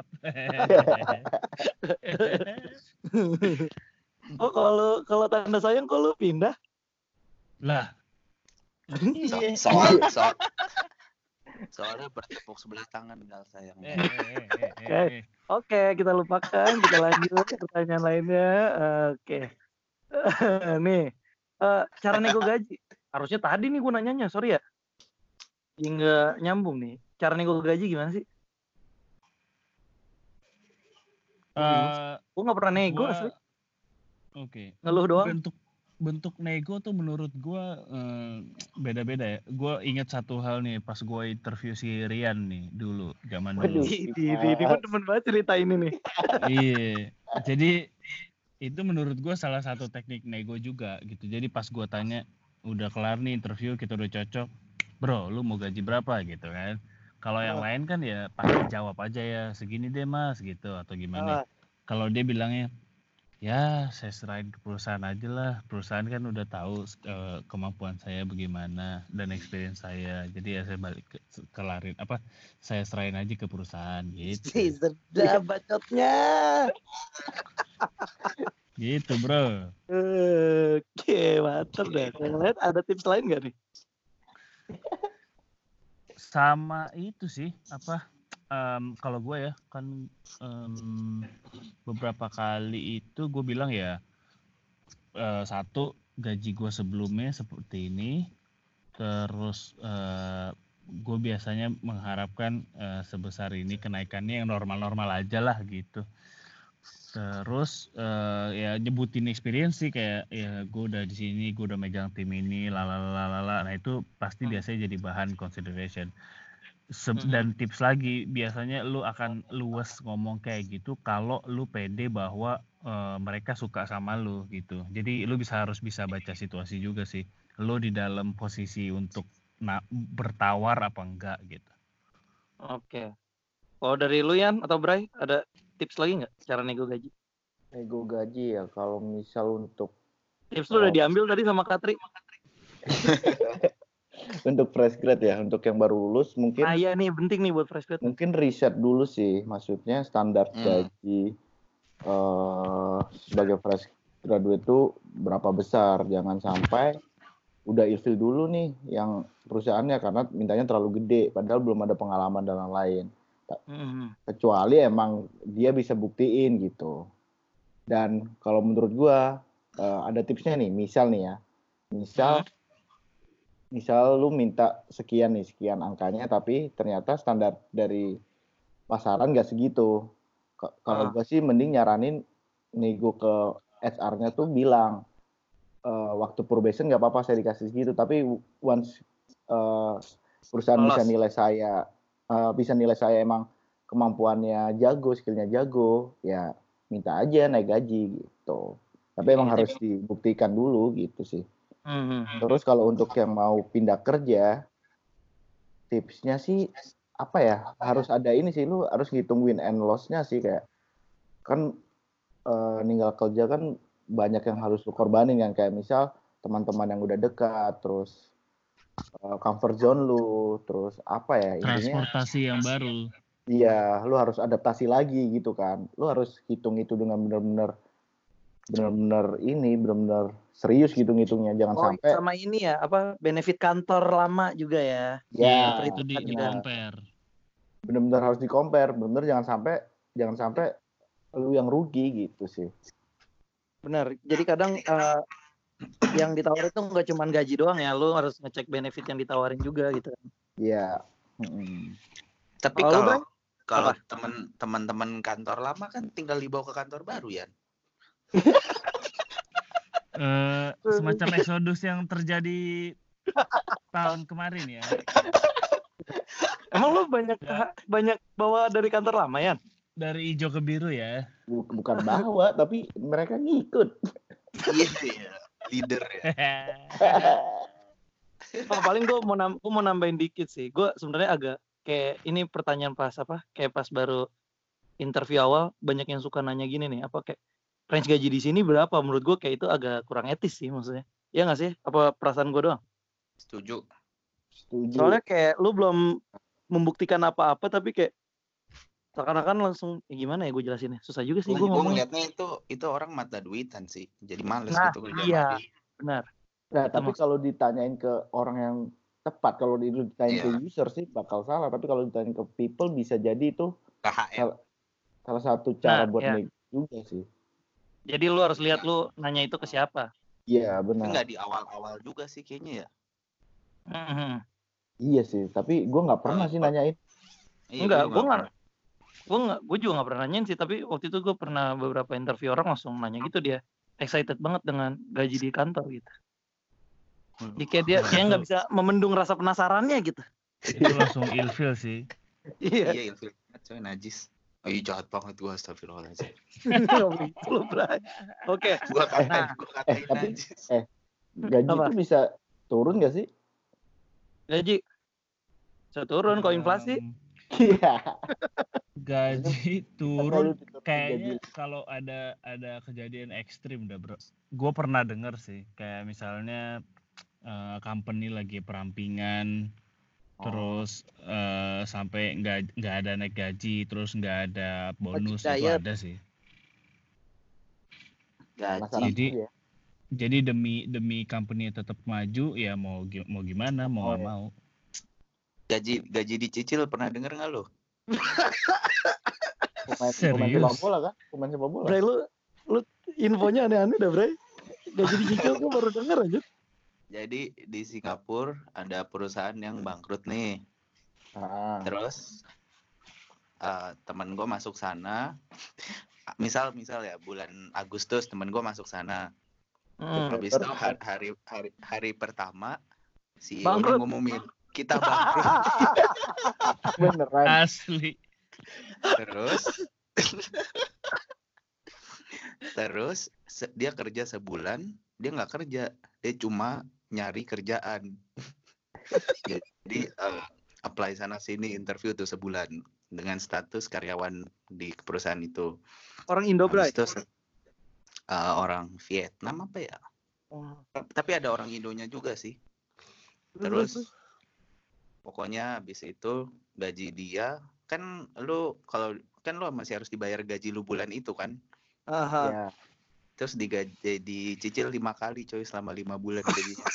Oh kalau kalau tanda sayang kok lu pindah? Lah, So, iya. soal, soal, soalnya bertepuk sebelah tangan gal Eh, sayangnya. eh, eh, eh, Oke, eh, eh. oke kita lupakan, kita lanjut ke pertanyaan lainnya. Oke, nih eh, cara nego gaji. Harusnya tadi nih gue nanyanya, sorry ya, jadi nggak nyambung nih. Cara nego gaji gimana sih? Gue bingung. Eh, Gue nggak pernah nego gua asli, oke. ngeluh doang. Bentuk bentuk nego tuh menurut gua eh, beda-beda ya. Gua ingat satu hal nih pas gua interview si Rian nih dulu zaman dulu. Waduh, Di di di, di gue temen banget cerita ini nih. Iya. Jadi itu menurut gua salah satu teknik nego juga gitu. Jadi pas gua tanya udah kelar nih interview kita udah cocok, bro lu mau gaji berapa gitu kan. Kalau yang Ah, lain kan ya pasti jawab aja ya segini deh mas gitu atau gimana. ah, Kalau dia bilangnya ya saya serahin ke perusahaan aja lah. Perusahaan kan udah tahu eh, kemampuan saya bagaimana dan experience saya. Jadi ya saya balik ke, kelarin apa saya serahin aja ke perusahaan si gitu. sedap bacotnya. Gitu bro. Oke, mantap deh. Yang lain ada tips lain nggak nih? Sama itu sih apa em, kalau gue ya kan em, beberapa kali itu gue bilang ya eh, satu gaji gue sebelumnya seperti ini. Terus eh, gue biasanya mengharapkan eh, sebesar ini kenaikannya yang normal-normal aja lah gitu. Terus eh, ya nyebutin experience sih kayak ya gue udah di sini, gue udah megang tim ini, lalalala. Nah itu pasti Hmm. biasanya jadi bahan consideration. Se- Hmm. dan tips lagi biasanya lu akan luwes ngomong kayak gitu kalau lu pede bahwa eh, mereka suka sama lu gitu. Jadi lu bisa harus bisa baca situasi juga sih. Lu di dalam posisi untuk na- bertawar apa enggak gitu. Oke. Kalau dari lu Yan atau Bray, ada tips lagi nggak cara nego gaji? nego gaji ya kalau misal untuk Tips lu udah diambil tadi sama Katri. untuk fresh grad ya, untuk yang baru lulus mungkin Nah iya nih penting nih buat fresh grad. mungkin riset dulu sih, maksudnya standar Hmm. gaji eh sebagai fresh graduate itu berapa besar, jangan sampai udah ilfil dulu nih yang perusahaannya karena mintanya terlalu gede padahal belum ada pengalaman dan lain-lain. Hmm. Kecuali emang dia bisa buktiin gitu. Dan kalau menurut gua eh, ada tipsnya nih, misal nih ya, misal Hmm. misal lu minta sekian nih, sekian angkanya, tapi ternyata standar dari pasaran nggak segitu. K- Kalau Ah. gua sih mending nyaranin nego ke H R-nya tuh bilang eh, waktu probation nggak apa-apa saya dikasih segitu, tapi once eh, perusahaan bisa Lolos. nilai saya, eh, bisa nilai saya emang kemampuannya jago, skillnya jago, ya minta aja naik gaji gitu. Tapi emang Oke, harus tips. dibuktikan dulu gitu sih. Hmm. Terus kalau untuk yang mau pindah kerja, tipsnya sih apa ya? Harus ada ini sih, lu harus ngitung win and loss-nya sih kayak kan uh, ninggal kerja kan banyak yang harus lu korbanin kan, kayak misal teman-teman yang udah dekat, terus uh, comfort zone lu, terus apa ya intinya? Transportasi yang baru. Iya, lu harus adaptasi lagi gitu kan. Lu harus hitung itu dengan benar-benar benar-benar ini, benar-benar serius gitu ngitungnya. Jangan Oh, sampai sama ini ya, apa benefit kantor lama juga ya. ya Iya, itu di, di juga. compare. benar-benar harus di compare, benar-benar jangan sampai jangan sampai lu yang rugi gitu sih. Benar. Jadi kadang uh, yang ditawarin itu nggak cuma gaji doang ya, lu harus ngecek benefit yang ditawarin juga gitu. Iya. Hmm. Tapi Kalau lu, kalau Bray? kalau Apa? temen teman-teman kantor lama kan tinggal dibawa ke kantor baru ya. Eh, semacam eksodus yang terjadi tahun kemarin ya. Emang lu banyak Ya. banyak bawa dari kantor lama ya? Dari hijau ke biru ya. Bu- Bukan bawa, tapi mereka ngikut. Iya iya, leader ya. Oh, paling gue mau nam- gua mau nambahin dikit sih. Gue sebenarnya agak kayak ini pertanyaan pas apa? Kayak pas baru interview awal banyak yang suka nanya gini nih, apa kayak range gaji di sini berapa? Menurut gue kayak itu agak kurang etis sih maksudnya. Iya nggak sih? Apa perasaan gue doang? Setuju. Setuju. Soalnya kayak lu belum membuktikan apa-apa tapi kayak seakan-akan langsung ya gimana ya gue jelasinnya? Susah juga sih Gue gue ngomongnya. ngeliatnya itu itu orang mata duitan sih. Jadi males Nah, gitu kerja iya. sama dia. Benar. Nah, Itu tapi maksud- kalau ditanyain ke orang yang tepat, kalau di- ditanyain Iya. ke user sih bakal salah, tapi kalau ditanyain ke people bisa jadi itu K H M. salah, salah satu cara Nah, buat iya. nego juga sih. Jadi lu harus lihat lu nanya itu ke siapa. Iya, Tapi benar. nggak di awal-awal juga sih kayaknya ya. Mhm. Iya sih, tapi gue nggak pernah Oh, sih oh. nanyain. Iya, Enggak, juga gue nggak, pernah. gue nggak, gue juga nggak pernah nanyain sih. Tapi waktu itu gue pernah beberapa interview orang langsung nanya gitu, dia excited banget dengan gaji di kantor gitu. Jadi kayak dia kayak nggak bisa memendung rasa penasarannya gitu. Itu langsung ilfil sih. Iya. Iya, ilfil banget coy, najis. Oh iya, jahat banget gue, astagfirullahaladzim. Nggak begitu loh, Bray. Oke. Gue katain, Nah. gue Eh, katain tapi najis. eh gaji Apa? itu bisa turun nggak sih? Gaji bisa turun kalau inflasi. Em, Iya. gaji turun Gaji- kayaknya kalau ada ada kejadian ekstrim dah bro. Gue pernah denger sih kayak misalnya eh, company lagi perampingan terus eh, sampai nggak nggak ada naik gaji terus nggak ada bonus Budget itu diet. ada sih. Penasaran Gaji. Jadi- aja ya. Jadi demi demi company tetap maju ya mau gi- mau gimana mau Oh, nggak iya. mau. Gaji gaji dicicil pernah denger nggak lo? Pemain, pemain Serius? sepak bola kan? Pemain sepak bola. Bray, lu lu infonya aneh-aneh dah, Bray. Gaji dicicil gue baru denger aja. Jadi di Singapura ada perusahaan yang bangkrut nih. Ah. Terus uh, temen gue masuk sana. Misal misal ya bulan Agustus temen gue masuk sana. Hmm. Habis itu hari hari hari, hari pertama C E O-nya Bangkrut. ngumumin kita bangkrut. Beneran. Asli. Terus terus se- dia kerja sebulan, dia nggak kerja, dia cuma nyari kerjaan. Jadi uh, apply sana sini interview tuh sebulan dengan status karyawan di perusahaan itu. Orang Indo, Bray. Habis itu uh, orang Vietnam apa ya? Oh. Tapi ada orang Indonya juga sih. Terus pokoknya habis itu gaji dia kan lu kalau kan lu masih harus dibayar gaji lu bulan itu kan. Aha. Ya. Terus digaji dicicil lima kali coy selama lima bulan gajinya.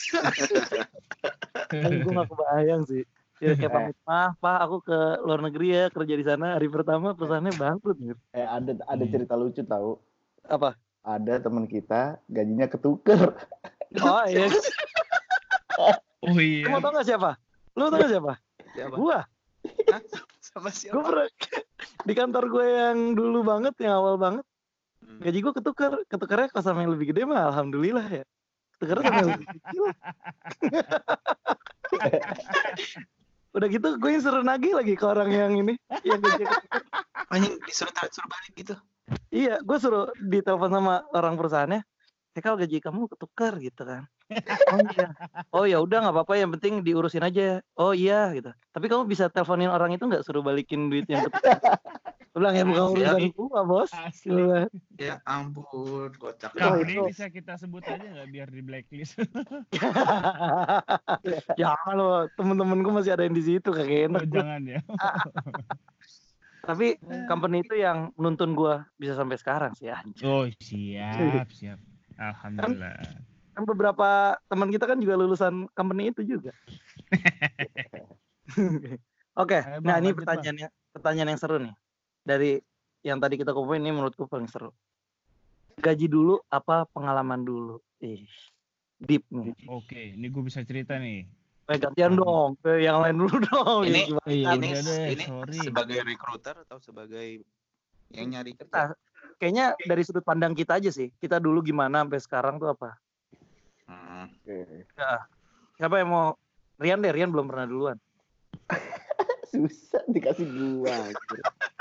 Gue gak kebayang sih. Ya, kayak pamit, mah, Pak, aku ke luar negeri ya kerja di sana. Hari pertama perusahaannya bangkrut gitu. Eh ada ada Hmm. cerita lucu tahu. Apa? Ada teman kita gajinya ketuker. Oh iya. Oh iya. Lu mau tau gak siapa? Lu tau gak siapa? Siapa? Gua. Sama Gue siapa? pernah di kantor gue yang dulu banget, yang awal banget. Hmm. Gaji gue ketuker. Ketukernya kalau sama yang lebih gede mah alhamdulillah ya. Ketukernya sama yang lebih kecil. Udah gitu gue yang suruh nagih lagi ke orang yang ini. Yang gaji ketuker. Anjing disuruh transfer balik gitu. Iya, gue suruh ditelepon sama orang perusahaannya. Hekal gaji kamu ketukar gitu kan. Oh iya. Oh ya udah nggak apa-apa, yang penting diurusin aja. Oh iya gitu. Tapi kamu bisa teleponin orang itu nggak suruh balikin duit yang ketukar? Lu bilang ya bukan Asli, urusan ya. gua, Bos. Asli. Gua- Ya ampun, kocak. Wah, Company itu. bisa kita sebut aja nggak biar di blacklist? Jangan loh, temen-temen gua masih ada yang di situ, kagak Oh enak gua. jangan ya. Tapi company itu yang nuntun gua bisa sampai sekarang sih anjir. Oh siap siap. Alhamdulillah. Kan beberapa teman kita kan juga lulusan company itu juga. Oke, Ayo, nah Bang, ini lanjut, pertanyaannya pertanyaan yang seru nih. Dari yang tadi kita kumpulin ini menurutku paling seru. Gaji dulu apa pengalaman dulu? Ih, deep nih. Oke, ini gue bisa cerita nih. Eh, gantian Karena- dong, ke yang lain dulu dong. Ini Ya, gimana? Iya, ini udah deh, ini sorry. sebagai recruiter atau sebagai yang nyari kerja? Ah, kayaknya dari sudut pandang kita aja sih. Kita dulu gimana sampai sekarang tuh apa? Hmm. Oke. Ya, siapa yang mau? Rian deh, Rian belum pernah duluan. Susah dikasih gua. anjir.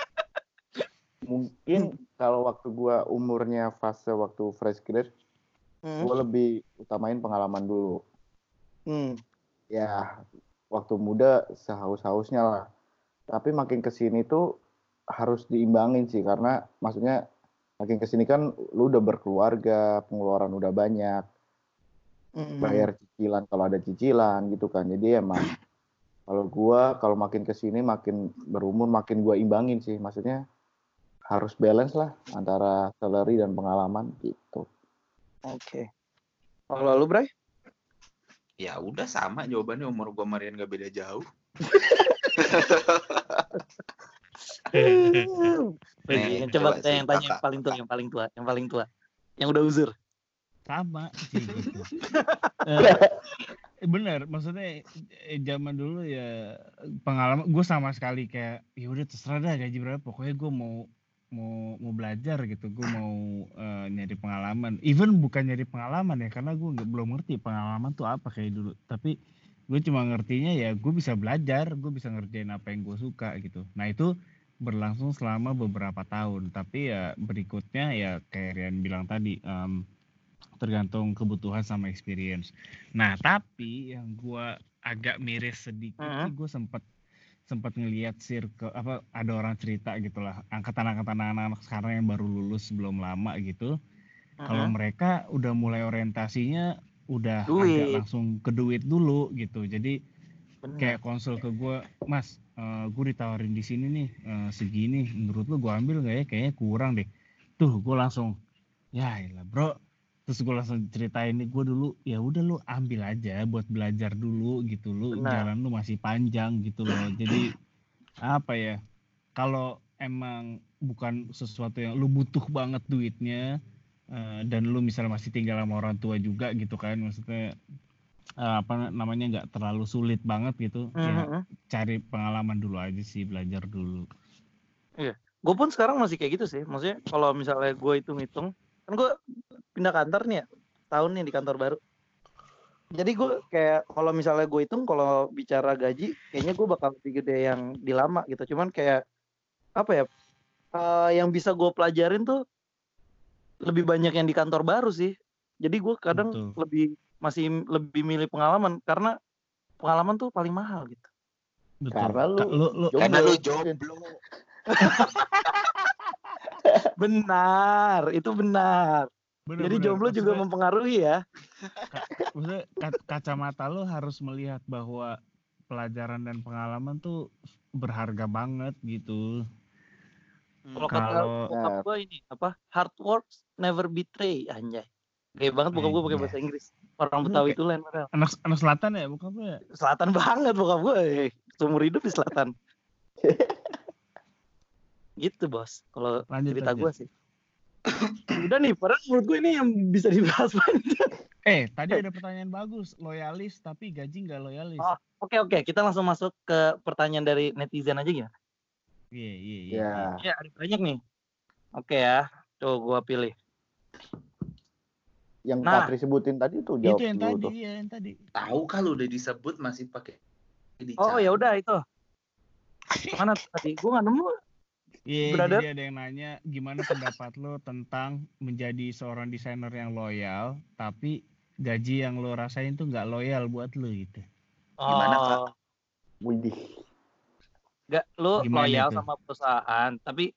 Mungkin kalau waktu gua umurnya fase waktu fresh grade, Hmm. gua lebih utamain pengalaman dulu. Hmm. Ya, waktu muda sehaus-hausnya lah. Tapi makin kesini tuh harus diimbangin sih, karena maksudnya makin kesini kan lu udah berkeluarga, pengeluaran udah banyak, Hmm. bayar cicilan kalau ada cicilan gitu kan. Jadi emang kalau gua kalau makin kesini makin berumur makin gua imbangin sih, maksudnya harus balance lah antara salary dan pengalaman gitu. Oke. Kalau lu, Bray? Ya udah sama jawabannya, umur gua Marian gak beda jauh. Nih, Nih, coba coba kita yang sih, tanya yang kakak, paling tua, yang paling tua, yang paling tua, yang udah uzur. Sama sih gitu. Eh, bener, maksudnya eh, zaman dulu ya pengalaman gue sama sekali kayak ya udah terserah dah gaji berapa, pokoknya gue mau mau mau belajar gitu, gue mau eh, nyari pengalaman. Even bukan nyari pengalaman ya, karena gue nggak belum ngerti pengalaman tuh apa kayak dulu. Tapi gue cuma ngertinya ya gue bisa belajar, gue bisa ngerjain apa yang gue suka gitu. Nah itu berlangsung selama beberapa tahun. Tapi ya berikutnya ya kayak Rian bilang tadi. em, tergantung kebutuhan sama experience. Nah, tapi yang gua agak miris sedikit Mhm. sih, gue sempat sempat ngelihat circle apa ada orang cerita gitulah, angkatan-angkatan anak-anak sekarang yang baru lulus belum lama gitu. Kalau Mhm. mereka udah mulai orientasinya udah Duit. agak langsung ke duit dulu gitu. Jadi Benar. kayak konsul ke gue, Mas, eh, gue ditawarin di sini nih eh, segini, menurut lu gue ambil nggak ya? Kayaknya kurang deh. Tuh, gue langsung, ya elah bro. Terus gue langsung ceritain nih, gue dulu ya udah lu ambil aja buat belajar dulu gitu, lu Benar. jalan lu masih panjang gitu loh. Jadi apa ya? Kalau emang bukan sesuatu yang lu butuh banget duitnya eh, dan lu misalnya masih tinggal sama orang tua juga gitu kan, maksudnya eh, apa namanya nggak terlalu sulit banget gitu, ya Mhm. cari pengalaman dulu aja sih, belajar dulu. Iya. Gue pun sekarang masih kayak gitu sih. Maksudnya kalau misalnya gue hitung-hitung, kan gue pindah kantor nih ya, tahun nih di kantor baru. Jadi gue kayak kalau misalnya gue hitung kalau bicara gaji, kayaknya gue bakal lebih gede yang di lama gitu. Cuman kayak apa ya? eh, yang bisa gue pelajarin tuh lebih banyak yang di kantor baru sih. Jadi gue kadang Betul. lebih masih lebih milih pengalaman karena pengalaman tuh paling mahal gitu. Betul. Karena lu, Ka- lu, lu jomblo. Karena lu jomblo. Benar, itu benar. bener, Jadi bener. jomblo juga Maksudnya, mempengaruhi ya. ka- maksudnya ka- kacamata lu harus melihat bahwa pelajaran dan pengalaman tuh berharga banget gitu. Kalau Hmm. kata Kalau bokap Benar. gue ini apa? Hard work never betray, anjay. Gaya banget bokap gue pakai bahasa Anjay. Inggris. Orang Lu Betawi kayak itu lain padahal. anak anak selatan ya bukan ya? Selatan banget bokap gue. eh. Seumur hidup di selatan. Gitu bos. Kalau Lanjut cerita aja. gue sih. Udah nih, padahal menurut gue ini yang bisa dibahas panjang. Eh, tadi ada pertanyaan bagus, loyalis tapi gaji nggak loyalis. Oh, oke oke, kita langsung masuk ke pertanyaan dari netizen aja ya. Iya, iya, iya. Ya. iya. Iya, ada banyak nih. Oke ya, coba gue pilih. Yang Nah. Katri sebutin tadi tuh Itu jawab yang dulu tadi, tuh. iya yang tadi. Tahu kalau udah disebut masih pakai dicari. Oh ya udah itu. Mana tadi? Gue nggak nemu. Iya, Brother. jadi ada yang nanya gimana pendapat lo tentang menjadi seorang desainer yang loyal, tapi gaji yang lo rasain tuh nggak loyal buat lo gitu. Gimana, Kak? Oh, Widih. nggak, lu Gimana loyal itu? sama perusahaan, tapi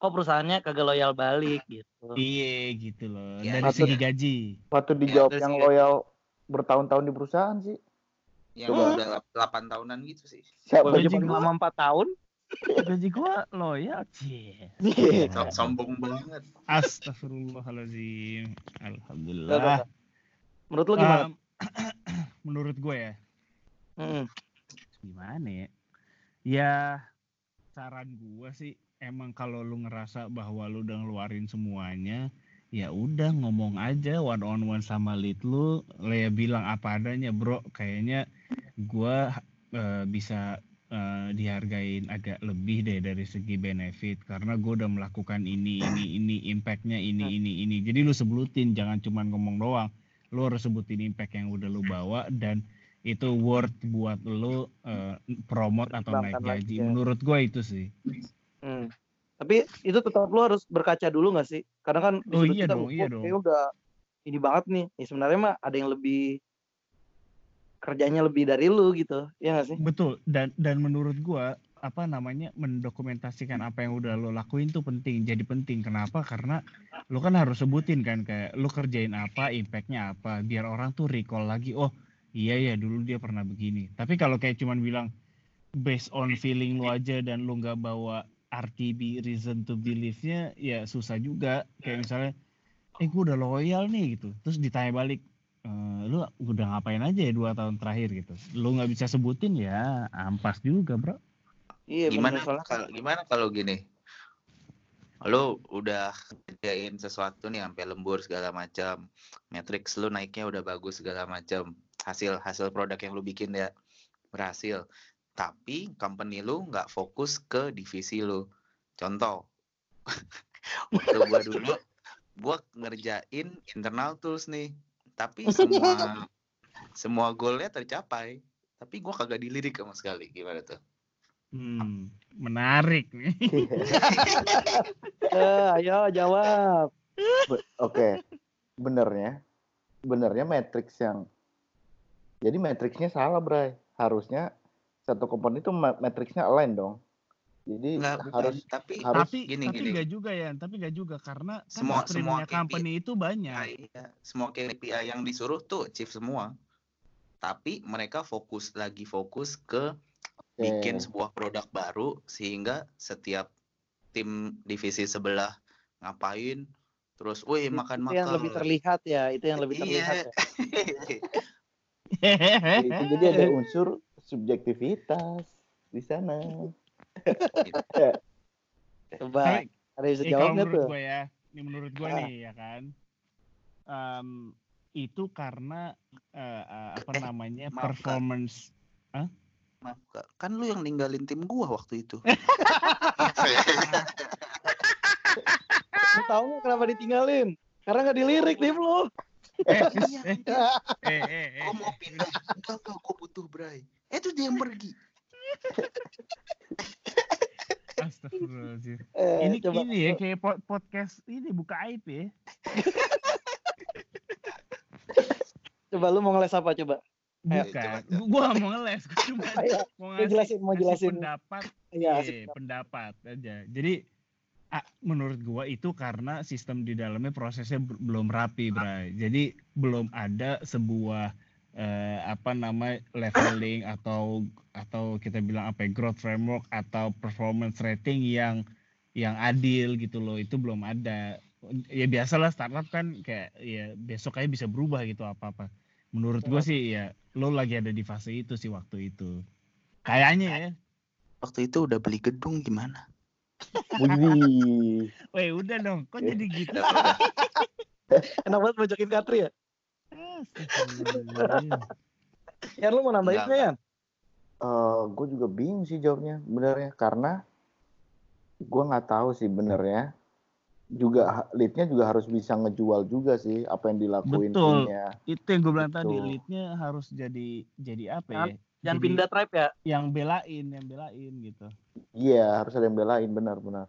kok perusahaannya kagak loyal balik gitu. Iya gitu loh. Ya, Dari patut- segi gaji. Patut dijawab terus yang ya. loyal bertahun-tahun di perusahaan sih. Yang Coba. udah delapan tahunan gitu sih. Siapa Gue gaji cuma gua- lama empat tahun. Gaji gua loyal sih. Som- sombong banget. Astagfirullahaladzim. Alhamdulillah. Menurut lu gimana? Um, menurut gue ya, Mm-mm. gimana ya? Ya saran gue sih emang kalau lu ngerasa bahwa lu udah ngeluarin semuanya, ya udah ngomong aja one on one sama lead lu, lu ya bilang apa adanya, bro. Kayaknya gue eh, bisa eh, dihargain agak lebih deh dari segi benefit karena gue udah melakukan ini ini ini impactnya ini ini ini. Jadi lu sebutin, jangan cuma ngomong doang. Lu harus sebutin impact yang udah lu bawa dan itu worth buat lu uh, promote atau naik Pertimbangkan lagi gaji. ya. Menurut gue itu sih. Hmm. Tapi itu tetap lu harus berkaca dulu nggak sih? Karena kan di Oh sudut iya kita, dong, "Oh, iya kayaknya dong. udah ini banget nih." Ya sebenarnya mah ada yang lebih kerjanya lebih dari lu gitu, ya nggak sih? Betul. Dan dan menurut gue apa namanya mendokumentasikan apa yang udah lo lakuin tuh penting. Jadi penting. Kenapa? Karena lo kan harus sebutin kan kayak lo kerjain apa, impactnya apa, biar orang tuh recall lagi. Oh iya ya dulu dia pernah begini. Tapi kalau kayak cuman bilang based on feeling lo aja dan lo nggak bawa R T B reason to believe-nya, ya susah juga. Kayak misalnya, eh gue udah loyal nih gitu. Terus ditanya balik, e, lu udah ngapain aja ya dua tahun terakhir gitu. Lu nggak bisa sebutin ya ampas juga bro. Iya Gimana bener, soalnya kalau gimana kalau gini? Lo udah kerjain sesuatu nih sampai lembur segala macam. Matrix lu naiknya udah bagus segala macam. Hasil hasil produk yang lu bikin ya berhasil. Tapi company lu nggak fokus ke divisi lu. Contoh, waktu gua dulu, gua ngerjain internal tools nih. Tapi semua semua goalnya tercapai. Tapi gua kagak dilirik sama sekali. Gimana tuh? Hmm, menarik nih. eh, ayo jawab. Be- Oke, benernya, benernya matrix yang, jadi matrixnya salah, Bray. Harusnya satu company itu ma- matrixnya align dong. Jadi Nggak, bukan. harus tapi harus tapi gini, tapi gini. nggak juga ya, tapi nggak juga karena kan Semua- streamnya semua K P I. company itu banyak. Nah, iya. Semua K P I yang disuruh tuh achieve semua. Tapi mereka fokus lagi fokus ke Oke. bikin sebuah produk baru sehingga setiap tim divisi sebelah ngapain terus, woi Itu makan-makan. yang lebih terlihat ya, itu yang lebih terlihat Iya. ya. Ya, itu jadi ada unsur subjektivitas di sana. Coba Tapi, ada yang bisa eh, jawab kalau nggak menurut tuh? gue ya, ini menurut gue Ah. nih ya kan, Em, itu karena eh, eh, apa Eh, namanya maaf, Kak. performance. Maaf, Kak. Kan lu yang ninggalin tim gua waktu itu. Lu tahu nggak kenapa ditinggalin? Karena nggak dilirik tim lu. Eh, Iya, eh, iya. eh, eh, eh, Gua mau pindah. Enggak, enggak, gua butuh Bray. Eh, itu dia yang pergi. Astagfirullahaladzim. Eh, Ini coba. ini ya kayak po- podcast ini buka aib ya. Coba lu mau ngeles apa coba? Ayo, Bukan, coba, Gu- gua gak mau ngeles, gua cuma Ayo, mau mau ngasih, jelasin, mau ngasih jelasin. pendapat, Iya, iya, asik. pendapat aja. Jadi ah, menurut gua itu karena sistem di dalamnya prosesnya b- belum rapi, Bray. Jadi belum ada sebuah eh, apa nama leveling atau atau kita bilang apa ya, growth framework atau performance rating yang yang adil gitu loh. Itu belum ada. Ya biasalah startup kan kayak ya besok aja bisa berubah gitu apa-apa. Menurut gua sih ya lo lagi ada di fase itu sih waktu itu. Kayaknya ya. Waktu itu udah beli gedung gimana? Wih. Weh udah dong, kok jadi gitu? Udah, udah. Enak banget mojokin Katri ya? Astagfirullahaladzim. Ya lu mau nambahin Enggak, nggak ya? gue juga bingung sih jawabnya benernya, karena gue nggak tahu sih benernya, juga ha- leadnya juga harus bisa ngejual juga sih apa yang dilakuin Betul. timnya. Itu yang gue bilang tadi, Betul. leadnya harus jadi jadi apa Jangan- ya? Jangan Jadi pindah tribe ya. yang belain, yang belain gitu. Iya, harus ada yang belain, benar-benar.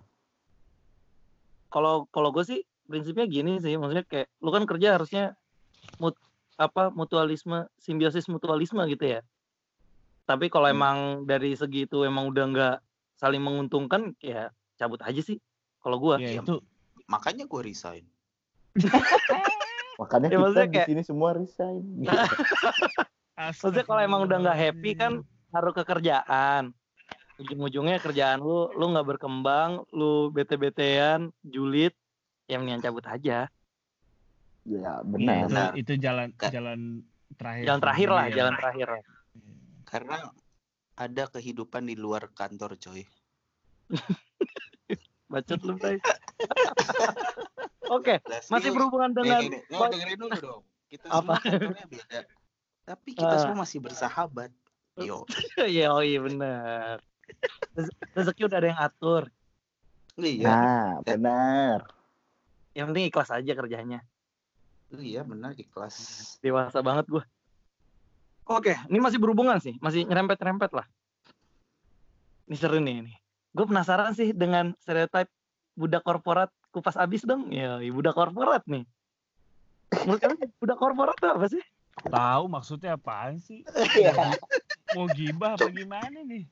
Kalau kalau gue sih prinsipnya gini sih, maksudnya kayak lu kan kerja harusnya mut, apa mutualisme, simbiosis mutualisme gitu ya. Tapi kalau Hmm. emang dari segi itu emang udah nggak saling menguntungkan, ya cabut aja sih. Kalau gua. Ya Iya. itu Makanya gue resign. Makanya Ya, kita maksudnya di kayak- sini semua resign. Maksudnya kalau emang udah nggak happy kan ngaruh ke kerjaan. Ujung-ujungnya kerjaan lu, lu nggak berkembang, lu bete-betean, julid, ya mendingan cabut aja. Ya Iya, benar. itu, Benar. itu jalan Ka- jalan terakhir. Jalan sih. terakhir lah, Iya. jalan terakhir lah. Karena ada kehidupan di luar kantor, coy. Bacot lu, Bray. Oke, Lah, masih serius. berhubungan Nih, dengan nih, nih. Lo dengerin dulu dong. Kita Apa? semua kantornya beda. Tapi kita Ah. semua masih bersahabat. Yo. Iya, oh iya benar. Rez- Rezeki udah ada yang atur. Iya. Nah, benar. Yang penting ikhlas aja kerjanya. Iya, benar ikhlas. Dewasa banget gua. Oke, ini masih berhubungan sih, masih nyerempet-nyerempet lah. Ini seru nih ini. Gue penasaran sih dengan stereotip budak korporat kupas abis dong. Ya, budak korporat nih. Menurut kalian budak korporat tuh apa sih? Tahu maksudnya apaan sih? Iya. Mau gibah apa gimana nih?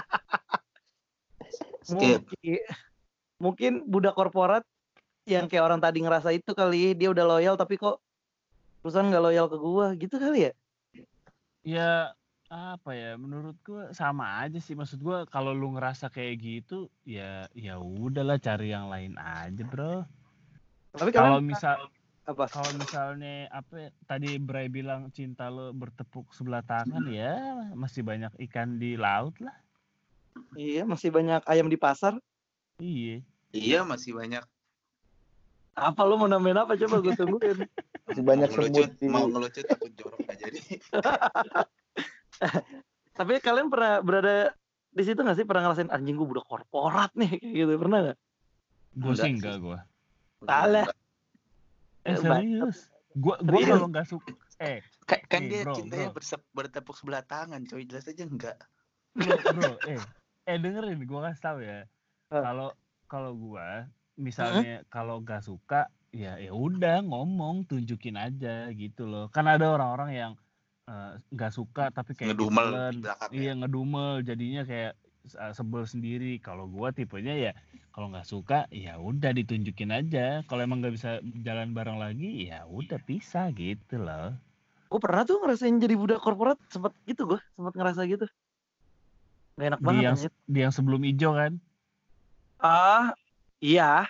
Skip. Mungkin, mungkin budak korporat yang kayak orang tadi ngerasa itu kali, dia udah loyal tapi kok perusahaan nggak loyal ke gua gitu kali ya? Ya apa ya? Menurut gua sama aja sih. Maksud gua kalau lu ngerasa kayak gitu, ya ya udahlah cari yang lain aja, bro. Tapi Kalau kalian misal apa? kalau misalnya apa tadi Bray bilang cinta lo bertepuk sebelah tangan, ya masih banyak ikan di laut lah. Iya, masih banyak ayam di pasar. Iya. Iya, masih banyak. Apa lu mau nambahin apa coba gue tungguin. Masih banyak mau ngelucut, semut di mau ngelucut takut jorok aja nih. Tapi kalian pernah berada di situ nggak sih, pernah ngerasain anjing gue budak korporat nih kayak gitu, pernah nggak? Gue Enggak sih sih. enggak gue. Salah. Eh Eh, serius. Gue gua Serius? kalau nggak suka eh Kan, kan Nih, dia bro, cintanya bro. berse- bertepuk sebelah tangan, coy. Jelas aja enggak. bro, bro eh eh dengerin gue kasih tahu ya. Ah. Kalau kalau gue misalnya kalau nggak suka ya ya udah ngomong tunjukin aja gitu loh. Kan ada orang-orang yang eh, nggak suka tapi kayak Ngedumel ketelan. di belakang ya. Iya ngedumel jadinya kayak uh, sebel sendiri. Kalau gue tipenya ya kalau nggak suka ya udah ditunjukin aja. Kalau emang nggak bisa jalan bareng lagi ya udah pisah gitu loh. Gue pernah tuh ngerasain jadi budak korporat, sempet gitu gue, sempet ngerasa gitu. Gak enak Di banget yang anjir. di yang sebelum hijau kan. Ah, iya,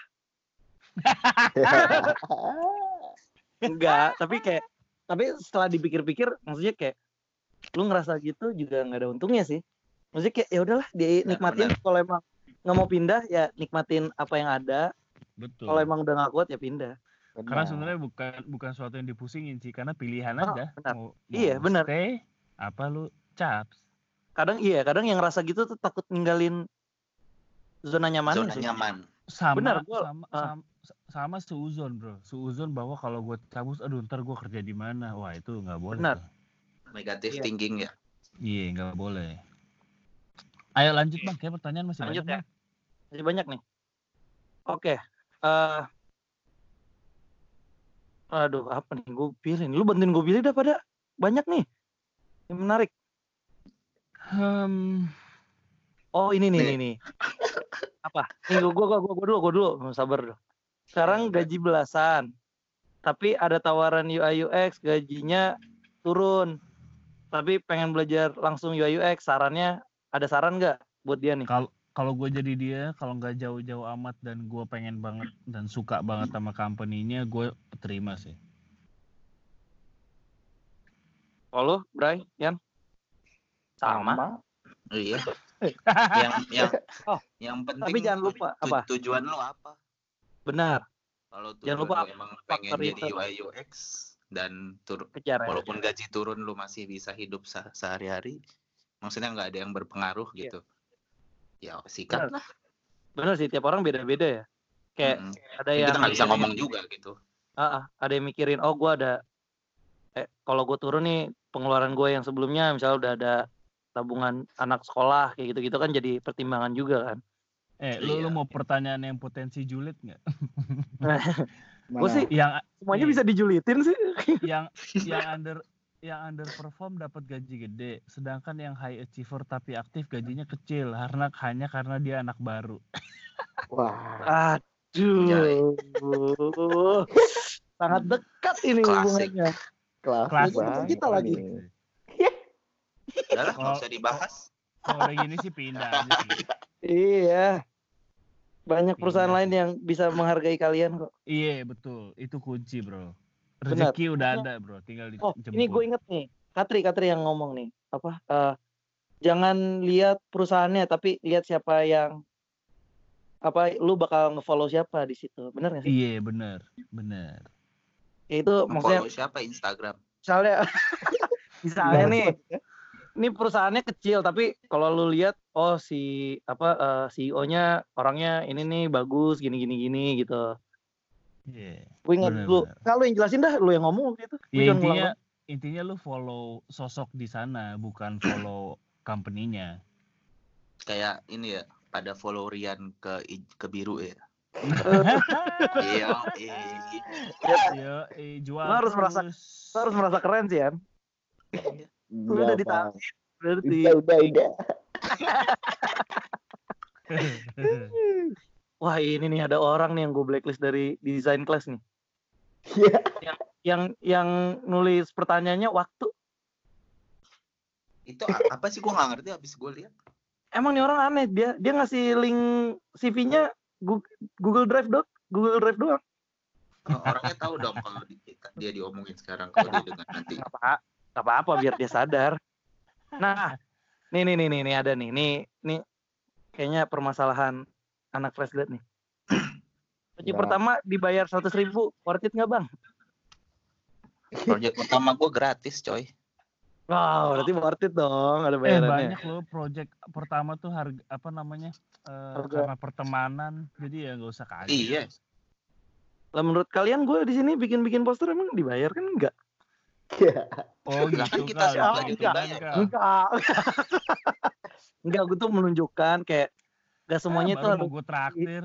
enggak, tapi kayak tapi setelah dipikir-pikir maksudnya kayak lu ngerasa gitu juga nggak ada untungnya sih. Maksudnya kayak ya udahlah dinikmatin, kalau emang nggak mau pindah ya nikmatin apa yang ada. Betul. Kalau emang udah nggak kuat ya pindah. Karena sebenarnya bukan bukan suatu yang dipusingin sih, karena pilihan Oh, aja. benar. Mau, mau Iya, benar. stay apa lu caps. Kadang iya, kadang yang ngerasa gitu tuh takut ninggalin zona nyaman Zona sih. nyaman. Sama Benar, gua- sama, ah. sama sama seuzon bro, seuzon bahwa kalau gue cabut, aduh ntar gue kerja di mana, wah itu nggak boleh. Benar. tuh. Negatif Iya. thinking ya. Iya nggak boleh. Ayo lanjut bang, kayak pertanyaan masih Lanjut banyak ya. bang. Masih banyak nih. Oke. eh aduh, apa nih gue pilih? nih. Lu bantuin gue pilih dah pada banyak nih. Yang menarik. Hmm, Oh, ini nih, Nih. nih, nih. Apa? Nih gue gua, gua, gua, gua dulu, gua dulu. Sabar dulu. Sekarang gaji belasan. Tapi ada tawaran U I U X, gajinya turun. Tapi pengen belajar langsung U I U X, sarannya ada saran nggak buat dia nih? kalau kalau gue jadi dia, kalau nggak jauh-jauh amat dan gue pengen banget dan suka banget sama company-nya, gue terima sih. Kalau Bray, Yan? Sama. sama. Iya. yang yang Oh, yang penting tapi jangan lupa, tu- apa? tujuan lo apa? Benar. Kalau Jangan tujuan lupa lo emang pengen faktor jadi itu. U I U X dan tur Kejar ya. walaupun gaji turun lu masih bisa hidup se- sehari-hari, maksudnya nggak ada yang berpengaruh Iya. gitu. Ya sikat Benar. lah. Benar sih, tiap orang beda-beda ya. Kayak Mm-mm. ada Kan yang kita nggak bisa mikirin- ngomong juga gitu. Ah, ah, ada yang mikirin, oh gue ada, eh, kalau gue turun nih pengeluaran gue yang sebelumnya, misalnya udah ada tabungan anak sekolah kayak gitu-gitu kan jadi pertimbangan juga kan. Eh, lu, lu Iya. mau pertanyaan yang potensi julid nggak? Gue sih Yang semuanya nih. bisa dijulitin sih. yang yang under yang underperform dapat gaji gede, sedangkan yang high achiever tapi aktif gajinya kecil karena hanya karena dia anak baru. Wah, Ah, Duh. Sangat dekat ini Klasik. hubungannya. Klasik Klasik banget kita lagi. ini. Udah lah, nggak Kalau- usah dibahas. Kalau udah gini sih pindah aja sih. Iya. Banyak perusahaan Pindah lain sih. yang bisa menghargai kalian kok. Iya betul, itu kunci bro. Benar. Rezeki udah ada bro, tinggal Oh, dijemput. ini gue inget nih. Katri, Katri yang ngomong nih. Apa? eh, jangan lihat perusahaannya, tapi lihat siapa yang apa lu bakal ngefollow siapa di situ. Bener gak sih? Iya bener, bener. Ya itu maksudnya Follow siapa Instagram? misalnya misalnya nih ini perusahaannya kecil tapi kalau lu lihat oh si apa eh, C E O-nya orangnya ini nih bagus gini gini gini gitu. Iya. Gue ingat Bener, lu. bener. Kalau yang jelasin dah lu yang ngomong gitu. Gue Ya jangan ngulang intinya lagi. intinya lu follow sosok di sana, bukan follow company-nya. Kayak ini ya, pada follow Rian ke i- ke biru ya. Iya, iya. Yo, eh, jual Lu harus merasa- terus. Lu harus merasa keren sih, An. Lu udah Enggak, Pak. ditangkap. Berarti. Udah, udah, udah. Wah, ini nih ada orang nih yang gue blacklist dari design class nih. Iya. Yang yang nulis pertanyaannya waktu. Itu a- apa sih, gua nggak ngerti habis gue lihat. Emang nih orang aneh, dia dia ngasih link C V-nya Gu- Google Drive dong, Google Drive doang. Oh, orangnya tahu dong kalau di- dia diomongin sekarang, kalau dia dengar nanti. Nggak apa, nggak apa-apa biar dia sadar. Nah, nih nih nih nih, nih ada nih, nih nih kayaknya permasalahan anak fresh grad nih. Project Ya. pertama dibayar seratus ribu, worth it nggak bang? Project pertama gue gratis, coy. Wow, berarti worth it dong, ada Eh bayarannya. banyak loh project pertama tuh harga apa namanya eh, Harga. karena pertemanan jadi ya nggak usah kaget. Iya. Lah menurut kalian gue di sini bikin-bikin poster emang dibayar kan enggak? Oh Lah kan gitu kita Kak, semua gitu dibayar, kan, Kak. Kak. Enggak. Enggak, gue tuh menunjukkan kayak enggak semuanya Ah, itu baru harus, mau gue traktir.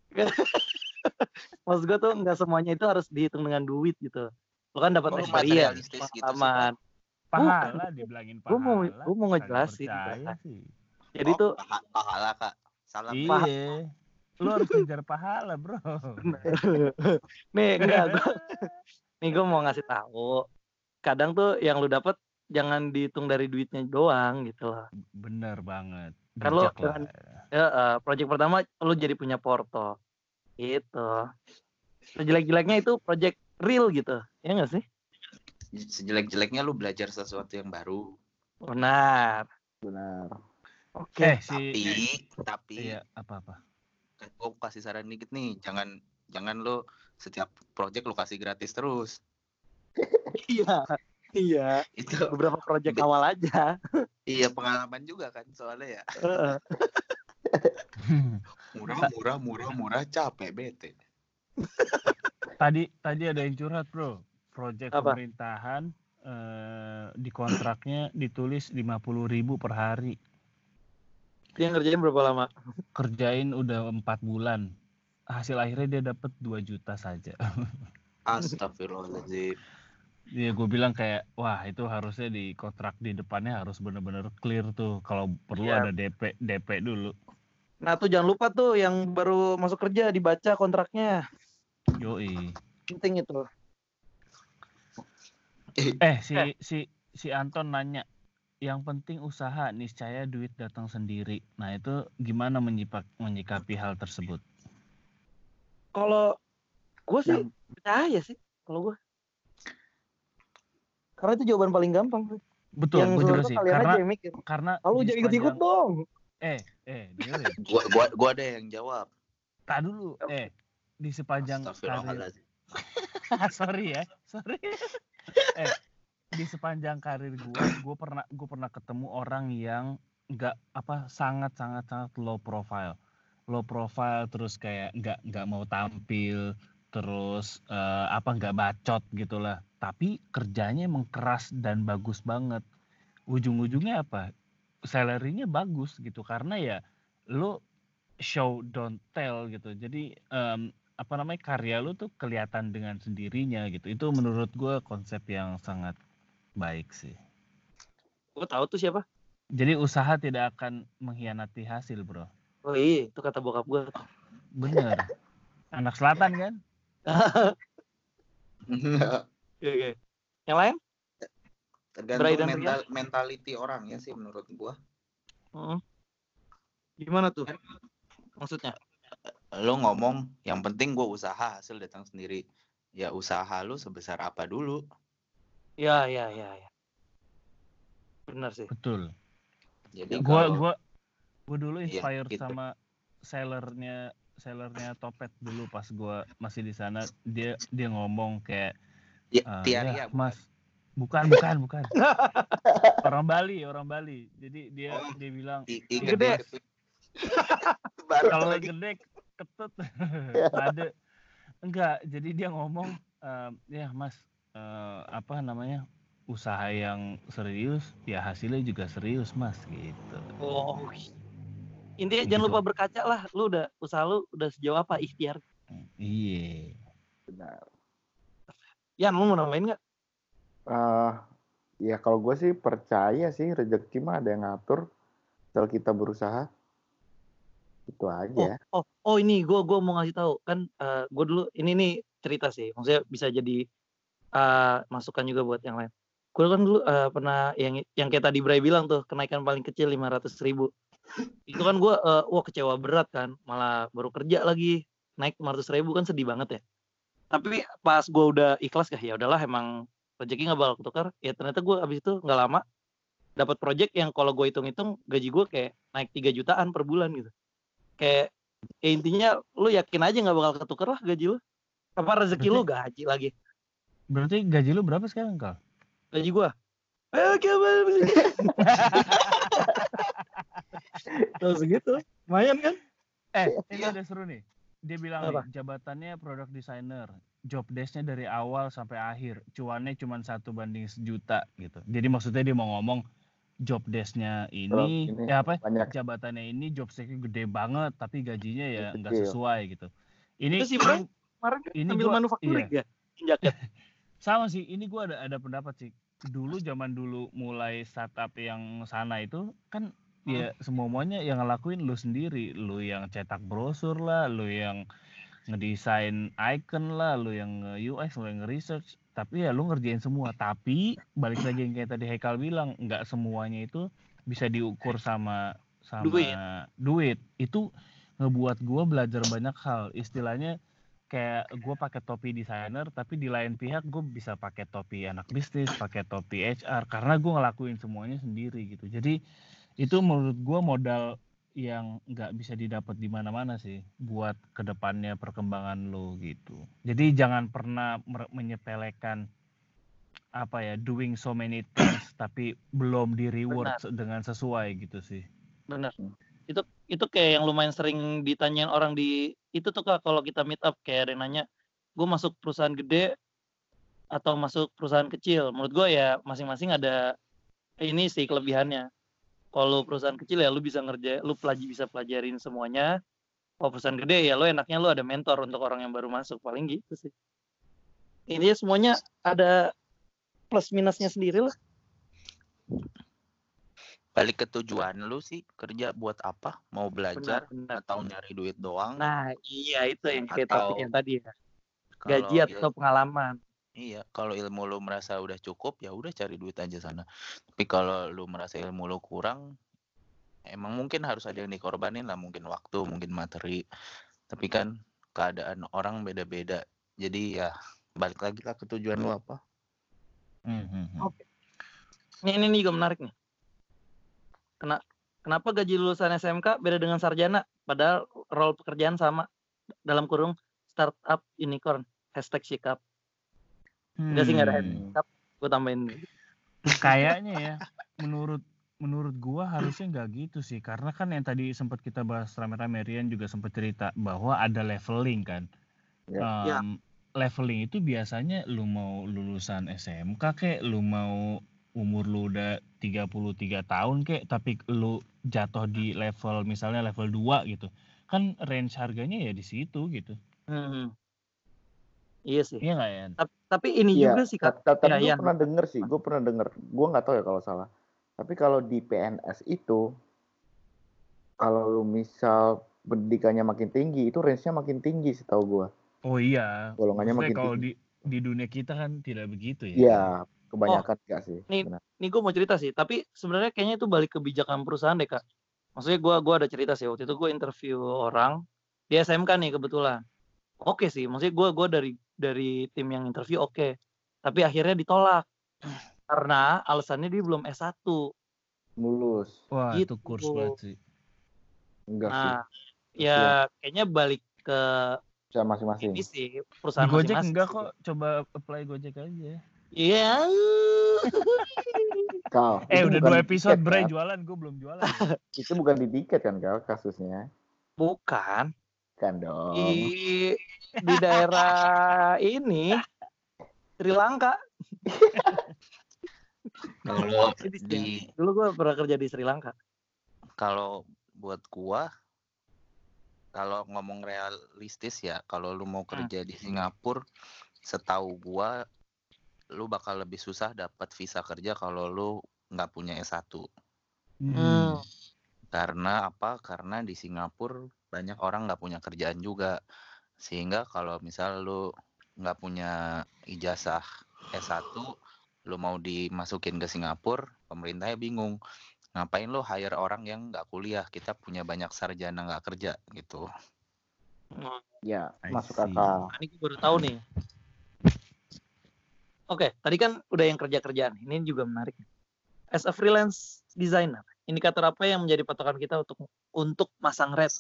maksud gue tuh enggak semuanya itu harus dihitung dengan duit gitu. Lo kan dapat Kok lu experience, materialistis gitu sih, pengalaman. Pahala dibilangin Gue mau pahala. gue mau kagak ngejelasin. percaya sih. Jadi Oh, tuh paha- pahala, Kak. Salam. Iya. Lu harus ngejar pahala, Bro. nih enggak gue nih gue mau ngasih tahu. Kadang tuh yang lu dapat jangan dihitung dari duitnya doang gitu loh. Bener banget. Kan lu Bijak lah. dengan ya, eh, project pertama lu jadi punya porto. Gitu. Sejelek-jeleknya itu project real gitu. Ya enggak sih? Sejelek-jeleknya lu belajar sesuatu yang baru. Benar. Benar. Oke. Eh si Tapi, tapi iya apa-apa. gue kasih saran dikit nih, jangan jangan lu setiap project lu kasih gratis terus. Iya. Iya. Itu Beberapa project Be- awal aja. iya pengalaman juga kan soalnya ya. Heeh. Murah, murah, murah, murah, capek, bete. tadi tadi ada yang curhat, Bro. Project Apa? pemerintahan eh, di kontraknya ditulis lima puluh ribu per hari. Dia ngerjain berapa lama? Kerjain udah empat bulan. Hasil akhirnya dia dapat dua juta saja. Astagfirullahaladzim. Iya, gue bilang kayak, wah itu harusnya di kontrak di depannya harus bener-bener clear tuh. Kalau perlu Iya. ada D P D P dulu. Nah tuh jangan lupa tuh yang baru masuk kerja dibaca kontraknya. Yoi. Penting itu. Eh si si si Anton nanya, yang penting usaha niscaya duit datang sendiri. Nah itu gimana menyipak, menyikapi hal tersebut? Kalau gue sih percaya sih. Kalau gue. Karena itu jawaban paling gampang. Betul, yang gue juga seluruh sih. kalian Karena aja yang mikir. karena Lalu di jangan ikut-ikut sepanjang- dong. Eh eh dengerin. Gua, gua, gua ada yang jawab. Tak dulu. Eh di sepanjang karir. Astagfirullahaladzim. sorry ya, sorry. eh di sepanjang karir gue, gue pernah gue pernah ketemu orang yang nggak apa sangat sangat sangat low profile, low profile terus kayak nggak nggak mau tampil, terus eh, apa nggak bacot gitulah. Tapi kerjanya emang keras dan bagus banget. Ujung-ujungnya apa? Salary-nya bagus gitu karena ya lo show don't tell gitu. Jadi em, apa namanya karya lu tuh kelihatan dengan sendirinya gitu. Itu menurut gue konsep yang sangat baik sih. Gue tahu tuh siapa. Jadi usaha tidak akan mengkhianati hasil, bro. Oh iya, itu kata bokap gue. Bener. Anak selatan kan? Oke, oke. Yang lain? Bray Tergantung dan mental mentality orangnya sih menurut gua. Hmm. Gimana tuh? Maksudnya? Lo ngomong yang penting gua usaha hasil datang sendiri. Ya usaha lu sebesar apa dulu. Ya, ya, ya, ya. Benar sih. Betul. Jadi Gua kalau gua gua dulu Iya, inspired gitu. sama sellernya sellernya Topet dulu pas gua masih di sana. Dia dia ngomong kayak Ya, "Ah, Tiaria ya, bukan? Mas, bukan bukan bukan. Orang Bali, orang Bali. Jadi dia Oh, dia bilang, I- "Ah, Inget Gede. Mas, inget. Baru kalau lagi. gede ketut." Ada enggak, jadi dia ngomong ehm, ya Mas, eh, apa namanya? Usaha yang serius, ya hasilnya juga serius, Mas, gitu. Oh. Intinya Gitu. jangan lupa berkaca lah. Lu udah usaha lu udah sejauh apa ikhtiar. Iya. Benar. Yan, lu mau nambahin nggak? Eh, ya kalau gue sih percaya sih rezeki mah ada yang ngatur. Kalau kita berusaha, itu Oh, aja. oh, oh ini gue gue mau ngasih tahu kan, uh, gue dulu ini nih cerita sih, maksudnya bisa jadi uh, masukan juga buat yang lain. Gue kan dulu uh, pernah yang yang kayak tadi Bray bilang tuh kenaikan paling kecil lima ratus ribu. Itu kan gue uh, wah kecewa berat kan, malah baru kerja lagi naik lima ratus ribu kan sedih banget ya. Tapi pas gue udah ikhlas kah ya udahlah emang rezeki nggak bakal ketukar. Ya ternyata gue abis itu nggak lama dapat project yang kalau gue hitung-hitung gaji gue kayak naik tiga jutaan per bulan gitu. Kayak ya intinya lu yakin aja nggak bakal ketukar lah gaji lu. Apa rezeki Berarti, lu gaji lagi. Berarti gaji lu berapa sekarang, Kal? Gaji gue. Eh kayak terus segitu. Lumayan kan? Eh, ini ada seru nih. Dia bilang Apa? nih, jabatannya product designer. Job desk-nya dari awal sampai akhir. Cuannya cuma satu banding sejuta gitu. Jadi maksudnya dia mau ngomong job desk-nya ini, ini ya apa? banyak Jabatannya ini job desk-nya gede banget, tapi gajinya ya nggak kecil. sesuai gitu. Ini Itu sih Bray, kemarin kan ini sambil gua, manufacturing iya. ya, jaket. Sama sih, ini gue ada ada pendapat sih. Dulu zaman dulu mulai startup yang sana itu kan Hmm. ya semuanya yang ngelakuin lu sendiri, lu yang cetak brosur lah, lu yang ngedesain icon lah, lu yang U X, lu yang nge-research, tapi ya lu ngerjain semua. Tapi balik lagi yang kayak tadi Haikal bilang, nggak semuanya itu bisa diukur sama sama Duit. duit. Itu ngebuat gue belajar banyak hal. Istilahnya kayak gue pakai topi desainer, tapi di lain pihak gue bisa pakai topi anak bisnis, pakai topi H R, karena gue ngelakuin semuanya sendiri gitu. Jadi itu menurut gue modal yang nggak bisa didapat di mana-mana sih buat kedepannya perkembangan lo gitu. Jadi jangan pernah menyepelekan apa ya doing so many things tapi belum di reward Benar. dengan sesuai gitu sih. Benar. Itu itu kayak yang lumayan sering ditanyain orang di itu tuh Kak, kalau kita meet up kayak ada yang nanya, gue masuk perusahaan gede atau masuk perusahaan kecil. Menurut gue ya masing-masing ada ini sih kelebihannya. Kalau perusahaan kecil ya lu bisa ngerjain, lu pelaj bisa pelajarin semuanya. Kalau perusahaan gede ya lu enaknya lu ada mentor untuk orang yang baru masuk, paling gitu sih. Intinya semuanya ada plus minusnya sendiri lah. Balik ke tujuan lu sih, kerja buat apa? Mau belajar Benar, benar. atau nyari duit doang? Nah, iya itu yang kayak Atau- topik yang tadi ya. Kalau Gaji atau il- pengalaman. Iya, kalau ilmu lu merasa udah cukup, ya udah cari duit aja sana. Tapi kalau lu merasa ilmu lu kurang, emang mungkin harus ada yang dikorbanin lah, mungkin waktu, mungkin materi. Tapi kan keadaan orang beda-beda. Jadi ya balik lagi lah ke tujuan lu apa. Mm-hmm. Oke. Ini ini nih juga menarik nih. Kena, kenapa gaji lulusan S M K beda dengan sarjana? Padahal role pekerjaan sama. Dalam kurung startup unicorn. Hashtag sikap. Enggak sih, nggak ada hashtag. Gue tambahin. Kayaknya ya, menurut menurut gua harusnya nggak gitu sih, karena kan yang tadi sempat kita bahas rame-rame, Rian juga sempat cerita bahwa ada leveling kan. Ya. Um, Ya. Leveling itu biasanya lu mau lulusan S M K kek, lu mau umur lu udah tiga puluh tiga tahun kek, tapi lu jatuh di level misalnya level dua gitu. Kan range harganya ya di situ gitu. Hmm. Iya sih. Iya nggak ya? Tapi, tapi ini Iya, juga sih Kak. Tapi Ya, gue ya. pernah denger sih, gue pernah denger, gue nggak tahu ya kalau salah. Tapi kalau di P N S itu, kalau lu misal pendidikannya makin tinggi, itu range-nya makin tinggi setahu gua. Oh iya. Golongannya Maksudnya makin kalau tinggi. di di dunia kita kan tidak begitu ya. Iya, Oh, kebanyakan enggak sih. nih Benar. nih gue mau cerita sih. Tapi sebenarnya kayaknya itu balik kebijakan perusahaan deh kak. Maksudnya gue gua ada cerita sih waktu itu gue interview orang di S M K nih kebetulan. Oke sih, maksudnya gue gua dari dari tim yang interview oke. Tapi akhirnya ditolak karena alasannya dia belum S satu Lulus. Wah, itu gitu. kurs banget sih. Enggak sih. Nah, Kasihan. ya kayaknya balik ke Bisa masing-masing. ini sih Di perusahaan Gojek masing-masing enggak sih. kok, coba apply Gojek aja. Iya. Kal, Eh itu udah bukan dua di episode tiket, Bray kan? jualan, gue belum jualan. Ya. Itu bukan di tiket kan, Kal, kasusnya? Bukan. Kan dong. Di di daerah ini Sri Lanka. Kalau Jadi sih, di dulu gue pernah kerja di Sri Lanka. kalau buat gua kalau ngomong realistis ya, kalau lu mau Hmm. kerja di Singapura, setahu gua lu bakal lebih susah dapat visa kerja kalau lu nggak punya S satu. Hmm. Hmm. Karena apa? Karena di Singapura banyak orang nggak punya kerjaan juga. Sehingga kalau misal lu nggak punya ijazah S satu, lu mau dimasukin ke Singapura, pemerintahnya bingung. Ngapain lu hire orang yang nggak kuliah? Kita punya banyak sarjana nggak kerja gitu. Hmm. Ya, I masuk see. akal. Nah, ini gue baru tahu nih. Oke, tadi kan udah yang kerja-kerjaan. Ini juga menarik. As a freelance designer, indikator apa yang menjadi patokan kita untuk untuk masang rate?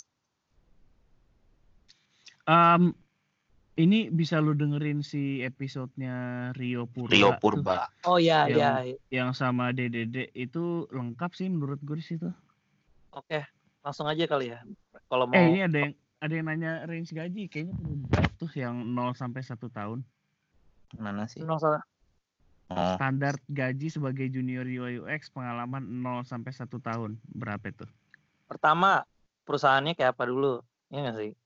Um, ini bisa lu dengerin si episodenya Rio Purba. Rio tuh. Purba. Oh ya, Yang ya. yang sama D D D itu lengkap sih menurut gue di situ. Oke, langsung aja kali ya. Kalau mau Eh ini ada yang ada yang nanya range gaji, kayaknya perlu dijawab tuh yang nol sampai satu tahun. Mana sih? nol salah. Oh, Standar gaji sebagai junior U I U X pengalaman nol sampai satu tahun. Berapa itu? Pertama, perusahaannya kayak apa dulu? Iya nggak sih?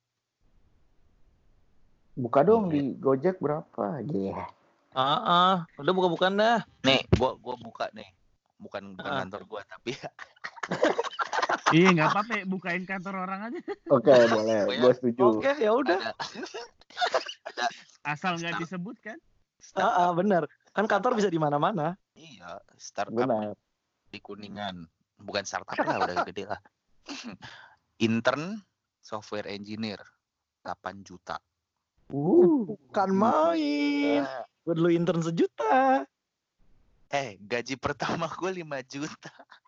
Buka dong Iya. di Gojek berapa? Iya. Ah, ah, udah buka-bukan dah. nih gua gua buka nih. Bukan bukan Ah. kantor gua tapi Iya nggak apa-apa, bukain kantor orang aja. Oke, boleh. Pokoknya- Gue setuju. Oke, ya udah. ada Asal nggak disebut kan? Ah, ah, startup. benar. Kan kantor bisa di mana-mana. Iya, startup Benar. di Kuningan. Bukan startup lah, udah gede lah. Intern software engineer delapan juta. Uh, bukan main. Eh, Gue dulu intern sejuta. Eh, gaji pertama gue lima juta.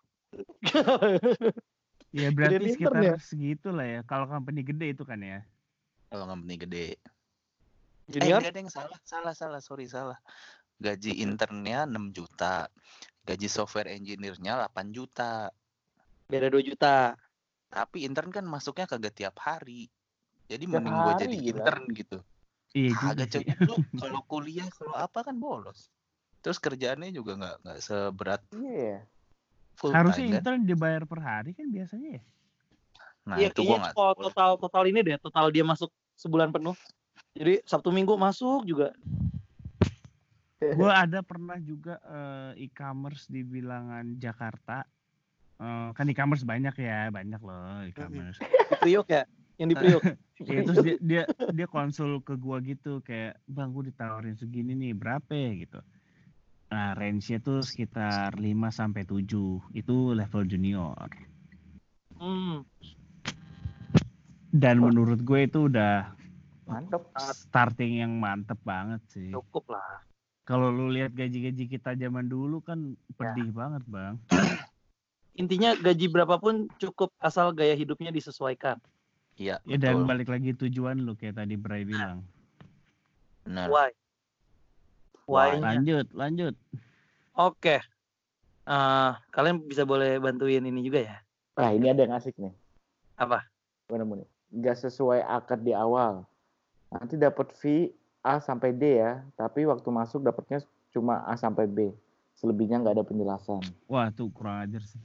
Ya berarti Gedean sekitar intern ya? segitu lah ya. Kalau company gede itu kan ya. Kalau company gede. Eh, Junior? enggak ada yang salah, salah, salah, sorry, salah. Gaji internnya enam juta. Gaji software engineer-nya delapan juta. Beda dua juta. Tapi intern kan masuknya kagak tiap hari. Jadi Tiap mending gue hari, jadi gila. intern gitu. Iya juga Kagak sih. coy. Lu kalau kuliah, kalau apa kan bolos. Terus kerjaannya juga nggak nggak seberat Iya. full Harusnya time kan. intern dibayar per hari kan biasanya ya. Nah Iya, itu gue kayaknya nggak total, tahu. total total ini deh, total dia masuk sebulan penuh. Jadi Sabtu Minggu masuk juga. Gue ada pernah juga eh, e-commerce di bilangan Jakarta. Eh, kan e-commerce banyak ya, banyak loh e-commerce. Di Priok ya, yang di Priok. Ya, terus dia, dia dia konsul ke gua gitu kayak, bang gue ditawarin segini nih, berapa ya?" gitu. Nah range-nya tuh sekitar lima sampai tujuh, itu level junior. Hmm, Dan menurut gue itu udah Mantap. starting yang mantep banget sih. cukup lah. Kalau lu lihat gaji-gaji kita zaman dulu kan pedih banget bang. Intinya gaji berapapun cukup asal gaya hidupnya disesuaikan. Iya Ya dan betul. balik lagi tujuan lu kayak tadi Bray bilang. Benar. Why? Why? Why-nya. Lanjut, lanjut. Oke. Eh, kalian bisa boleh bantuin ini juga ya? Nah, ini ada yang asik nih. Apa? Gue nemu nih. Nggak sesuai akad di awal. Nanti dapat fee A sampai D ya. Tapi waktu masuk dapatnya cuma A sampai B. Selebihnya nggak ada penjelasan. Wah tuh kurang ajar sih.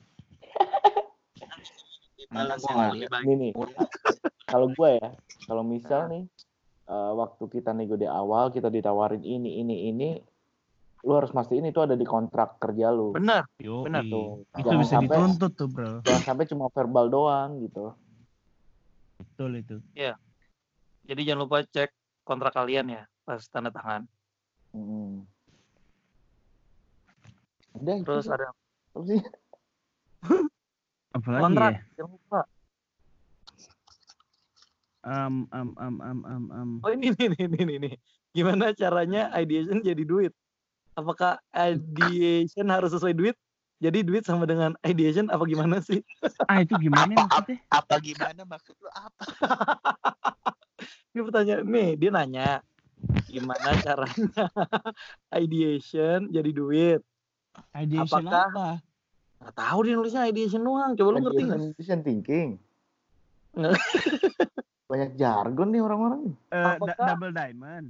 Mana Balas gua yang nggak lebih lihat. baik. Ini nih. Kalau gue ya, kalau misal nih, eh, waktu kita nego di awal, kita ditawarin ini, ini, ini, lu harus mastiin itu ada di kontrak kerja lu. Benar. Yo, Benar. itu Jangan bisa sampai- dituntut tuh bro. Jangan sampai cuma verbal doang gitu. Betul itu. Iya. Jadi jangan lupa cek kontrak kalian ya pas tanda tangan. Hmm. Udah itu Terus sih. ada Apa sih? Apalagi kontrak, ya? jangan lupa. Um, um, um, um, um, um. Oh ini nih nih nih nih. nih. Gimana caranya ideation jadi duit? Apakah ideation harus sesuai duit? Jadi duit sama dengan ideation apa gimana sih? Ah itu gimana Apa, maksudnya? apa gimana maksud lu apa? Ini pertanyaan nih, dia nanya gimana caranya ideation jadi duit? Ideation Apakah apa? nggak tahu dia nulisnya ideation doang. Coba lu ngerti nggak? Ideation Decision thinking. Nggak. Banyak jargon nih orang-orang nih. Uh, Apakah- da- double diamond.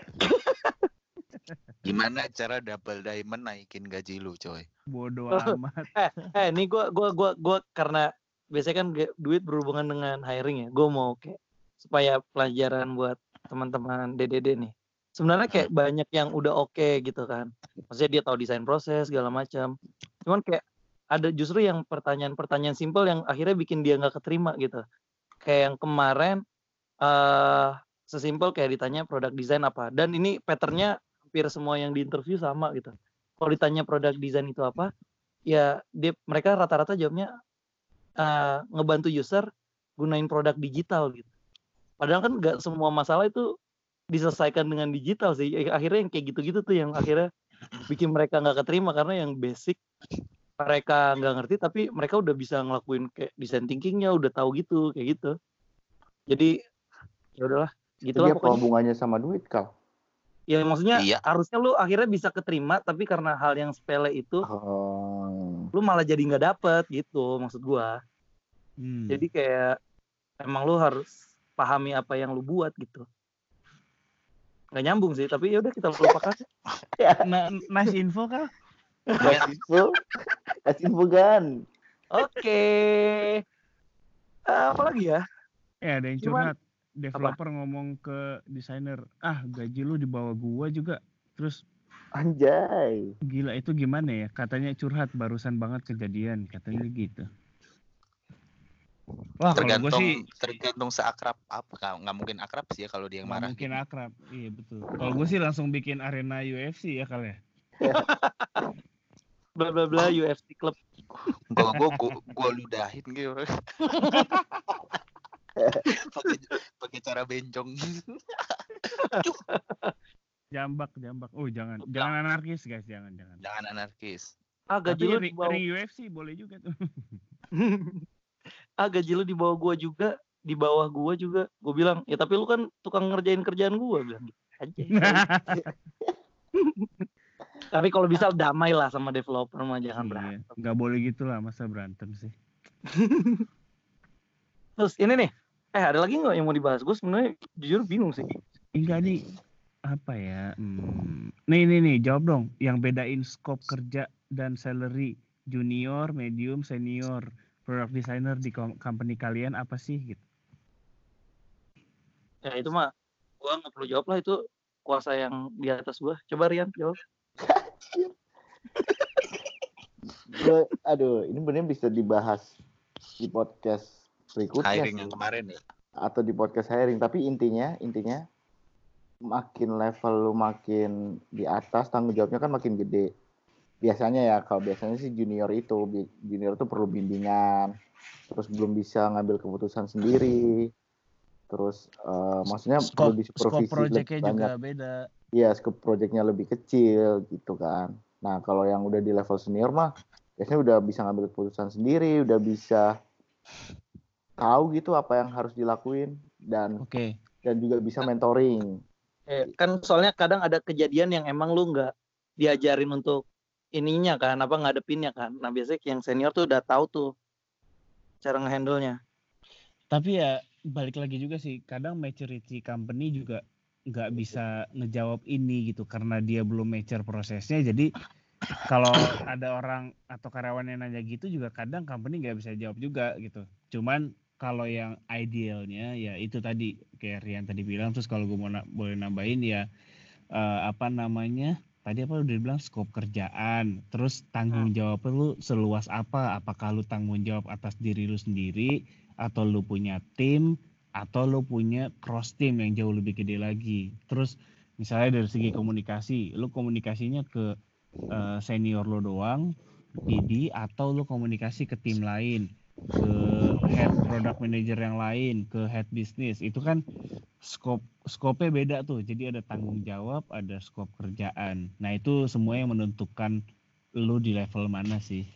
Gimana cara double diamond naikin gaji lu, coy? Bodoh Oh. amat. Eh, eh, nih gua gua gua gua karena biasanya kan ge- duit berhubungan dengan hiring ya. Gue mau kayak supaya pelajaran buat teman-teman D D D nih. Sebenarnya kayak banyak yang udah oke gitu kan. Maksudnya dia tahu desain proses segala macam. Cuman kayak ada justru yang pertanyaan-pertanyaan simpel yang akhirnya bikin dia nggak keterima gitu. Kayak yang kemarin eh sesimpel kayak ditanya produk desain apa. Dan ini patternnya hampir semua yang diinterview sama gitu. Kalau ditanya produk desain itu apa, ya dia mereka rata-rata jawabnya eh, ngebantu user gunain produk digital gitu. Padahal kan nggak semua masalah itu diselesaikan dengan digital sih. Eh, Akhirnya yang kayak gitu-gitu tuh yang akhirnya bikin mereka nggak keterima karena yang basic mereka nggak ngerti tapi mereka udah bisa ngelakuin kayak design thinkingnya udah tahu gitu kayak gitu. Jadi ya udahlah Itu gitulah dia apa pokoknya. hubungannya sama duit, Kal? Ya maksudnya Iya. harusnya lu akhirnya bisa keterima tapi karena hal yang sepele itu Oh. lu malah jadi nggak dapet gitu maksud gua. Hmm. Jadi kayak emang lu harus pahami apa yang lu buat gitu. Nggak nyambung sih, tapi ya udah kita lupakan. Nah, nice info kah? Kasih info. Kasih info kan. Oke. Eh, apa lagi ya? Eh ada yang Cuman- curhat. Developer ngomong ke desainer, ah gaji lu di bawah gua juga. Terus Anjay. gila itu gimana ya? Katanya curhat barusan banget kejadian, katanya gitu. Wah kalau gue Tergantung sih tergantung seakrab apa, nggak nggak mungkin akrab sih ya kalau dia yang nggak marah. mungkin akrab, iya betul. Kalau gue sih langsung bikin arena U F C ya kali ya. Bla bla bla U F C Club. Gua gua gua, gua ludahin gitu. pakai pakai cara bencong. Jambak jambak. Oh jangan Jangan. jangan anarkis guys, jangan jangan. Jangan anarkis. Ah gaji Tapi lu ring, di bawah. ring U F C boleh juga tuh. ah gaji lu di bawah gua juga, di bawah gua juga. Gua bilang, ya tapi lu kan tukang ngerjain kerjaan gua bilang gitu aja. Tapi kalau bisa damai lah sama developer mah jangan Iya, berantem. nggak boleh gitu lah, masa berantem sih. Terus ini nih, eh ada lagi nggak yang mau dibahas? Gue sebenarnya jujur bingung sih. Enggak nih, apa ya? Hmm. Nih nih nih, jawab dong. Yang bedain scope kerja dan salary junior, medium, senior, product designer di kom- company kalian apa sih gitu? Ya itu mah, gua nggak perlu jawab lah itu kuasa yang di atas gua. Coba Rian jawab. Gue, aduh, ini bener bisa dibahas di podcast berikutnya Hiring sih. yang kemarin ya. Atau di podcast hiring. Tapi intinya, intinya makin level lu makin di atas, tanggung jawabnya kan makin gede. Biasanya ya, kalau biasanya sih junior itu, bi- junior itu perlu bimbingan, terus belum bisa ngambil keputusan sendiri, terus eh, maksudnya perlu Scope, disupervisi scope project-nya lebih banyak. juga beda. Iya, scope project-nya lebih kecil gitu kan. Nah, kalau yang udah di level senior mah biasanya udah bisa ngambil keputusan sendiri, udah bisa tahu gitu apa yang harus dilakuin dan Oke. dan juga bisa mentoring. Eh, kan soalnya kadang ada kejadian yang emang lu nggak diajarin untuk ininya kan, apa ngadepinnya kan. Nah biasanya yang senior tuh udah tahu tuh cara ngehandle-nya. Tapi ya balik lagi juga sih, kadang maturity company juga nggak bisa ngejawab ini gitu karena dia belum mature prosesnya. Jadi kalau ada orang atau karyawan yang nanya gitu juga kadang company nggak bisa jawab juga gitu. Cuman kalau yang idealnya ya itu tadi kayak Rian tadi bilang, terus kalau gue mau na- boleh nambahin ya eh, apa namanya tadi apa udah dibilang scope kerjaan, terus tanggung jawab lu seluas apa? Apakah lu tanggung jawab atas diri lu sendiri atau lu punya tim atau lo punya cross team yang jauh lebih gede lagi. Terus misalnya dari segi komunikasi, lo komunikasinya ke uh, senior lo doang, P D, atau lo komunikasi ke tim lain, ke head product manager yang lain, ke head business. Itu kan skop skopnya beda tuh. Jadi ada tanggung jawab, ada skop kerjaan. Nah itu semua yang menentukan lo di level mana sih.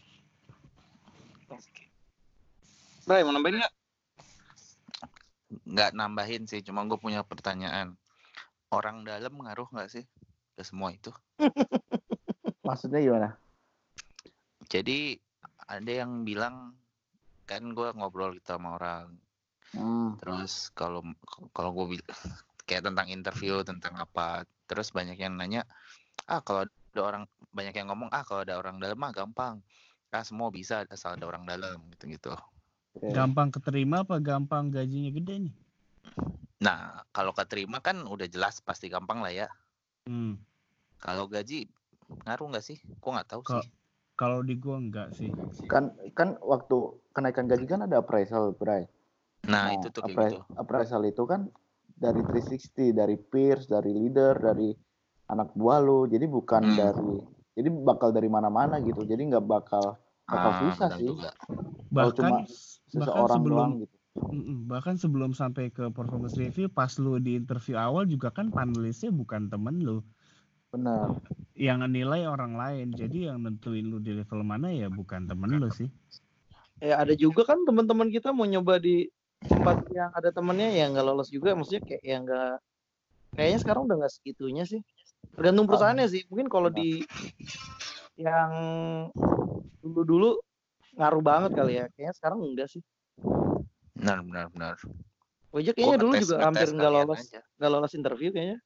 Bray, mau nambahin nggak? Nggak nambahin sih, cuma gue punya pertanyaan. Orang dalam ngaruh nggak sih ke semua itu? Maksudnya gimana? Jadi ada yang bilang, kan gue ngobrol gitu sama orang. Hmm. Terus kalau kalau gue bilang kayak tentang interview, tentang apa, terus banyak yang nanya, ah kalau ada orang, banyak yang ngomong, ah kalau ada orang dalam mah gampang, ah semua bisa asal ada orang dalam gitu-gitu. Okay. Gampang keterima apa gampang gajinya gede nih? Nah kalau keterima kan udah jelas pasti gampang lah ya. Hmm. Kalau gaji ngaruh nggak sih? Gue nggak tahu Ka- sih. Kalau di gua enggak sih. Kan kan waktu kenaikan gaji kan ada appraisal, Bray. Nah, Nah, itu tuh kayak appra- gitu. appraisal itu kan dari tiga enam nol, dari peers, dari leader, dari anak buah lo. Jadi bukan Hmm. dari, jadi bakal dari mana-mana gitu. Jadi nggak bakal bakal Ah, susah benar sih. juga. Kalau cuma Bahkan bahkan seseorang sebelum doang gitu. Mm-mm, bahkan sebelum sampai ke performance review, pas lu di interview awal juga kan panelisnya bukan temen lu, Benar. yang nilai orang lain. Jadi yang nentuin lu di level mana ya bukan temen lu sih. Ya ada juga kan teman-teman kita mau nyoba di tempat yang ada temennya ya nggak lolos juga, maksudnya kayak yang nggak, kayaknya sekarang udah nggak segitunya sih. Tergantung perusahaannya sih. Mungkin kalau di yang dulu-dulu ngaruh banget kali ya. Kayaknya sekarang enggak sih. Benar, benar, benar. Wajah kayaknya Gua dulu ngetes- juga hampir ngetes nggak kalian lolos, aja. nggak lolos interview kayaknya.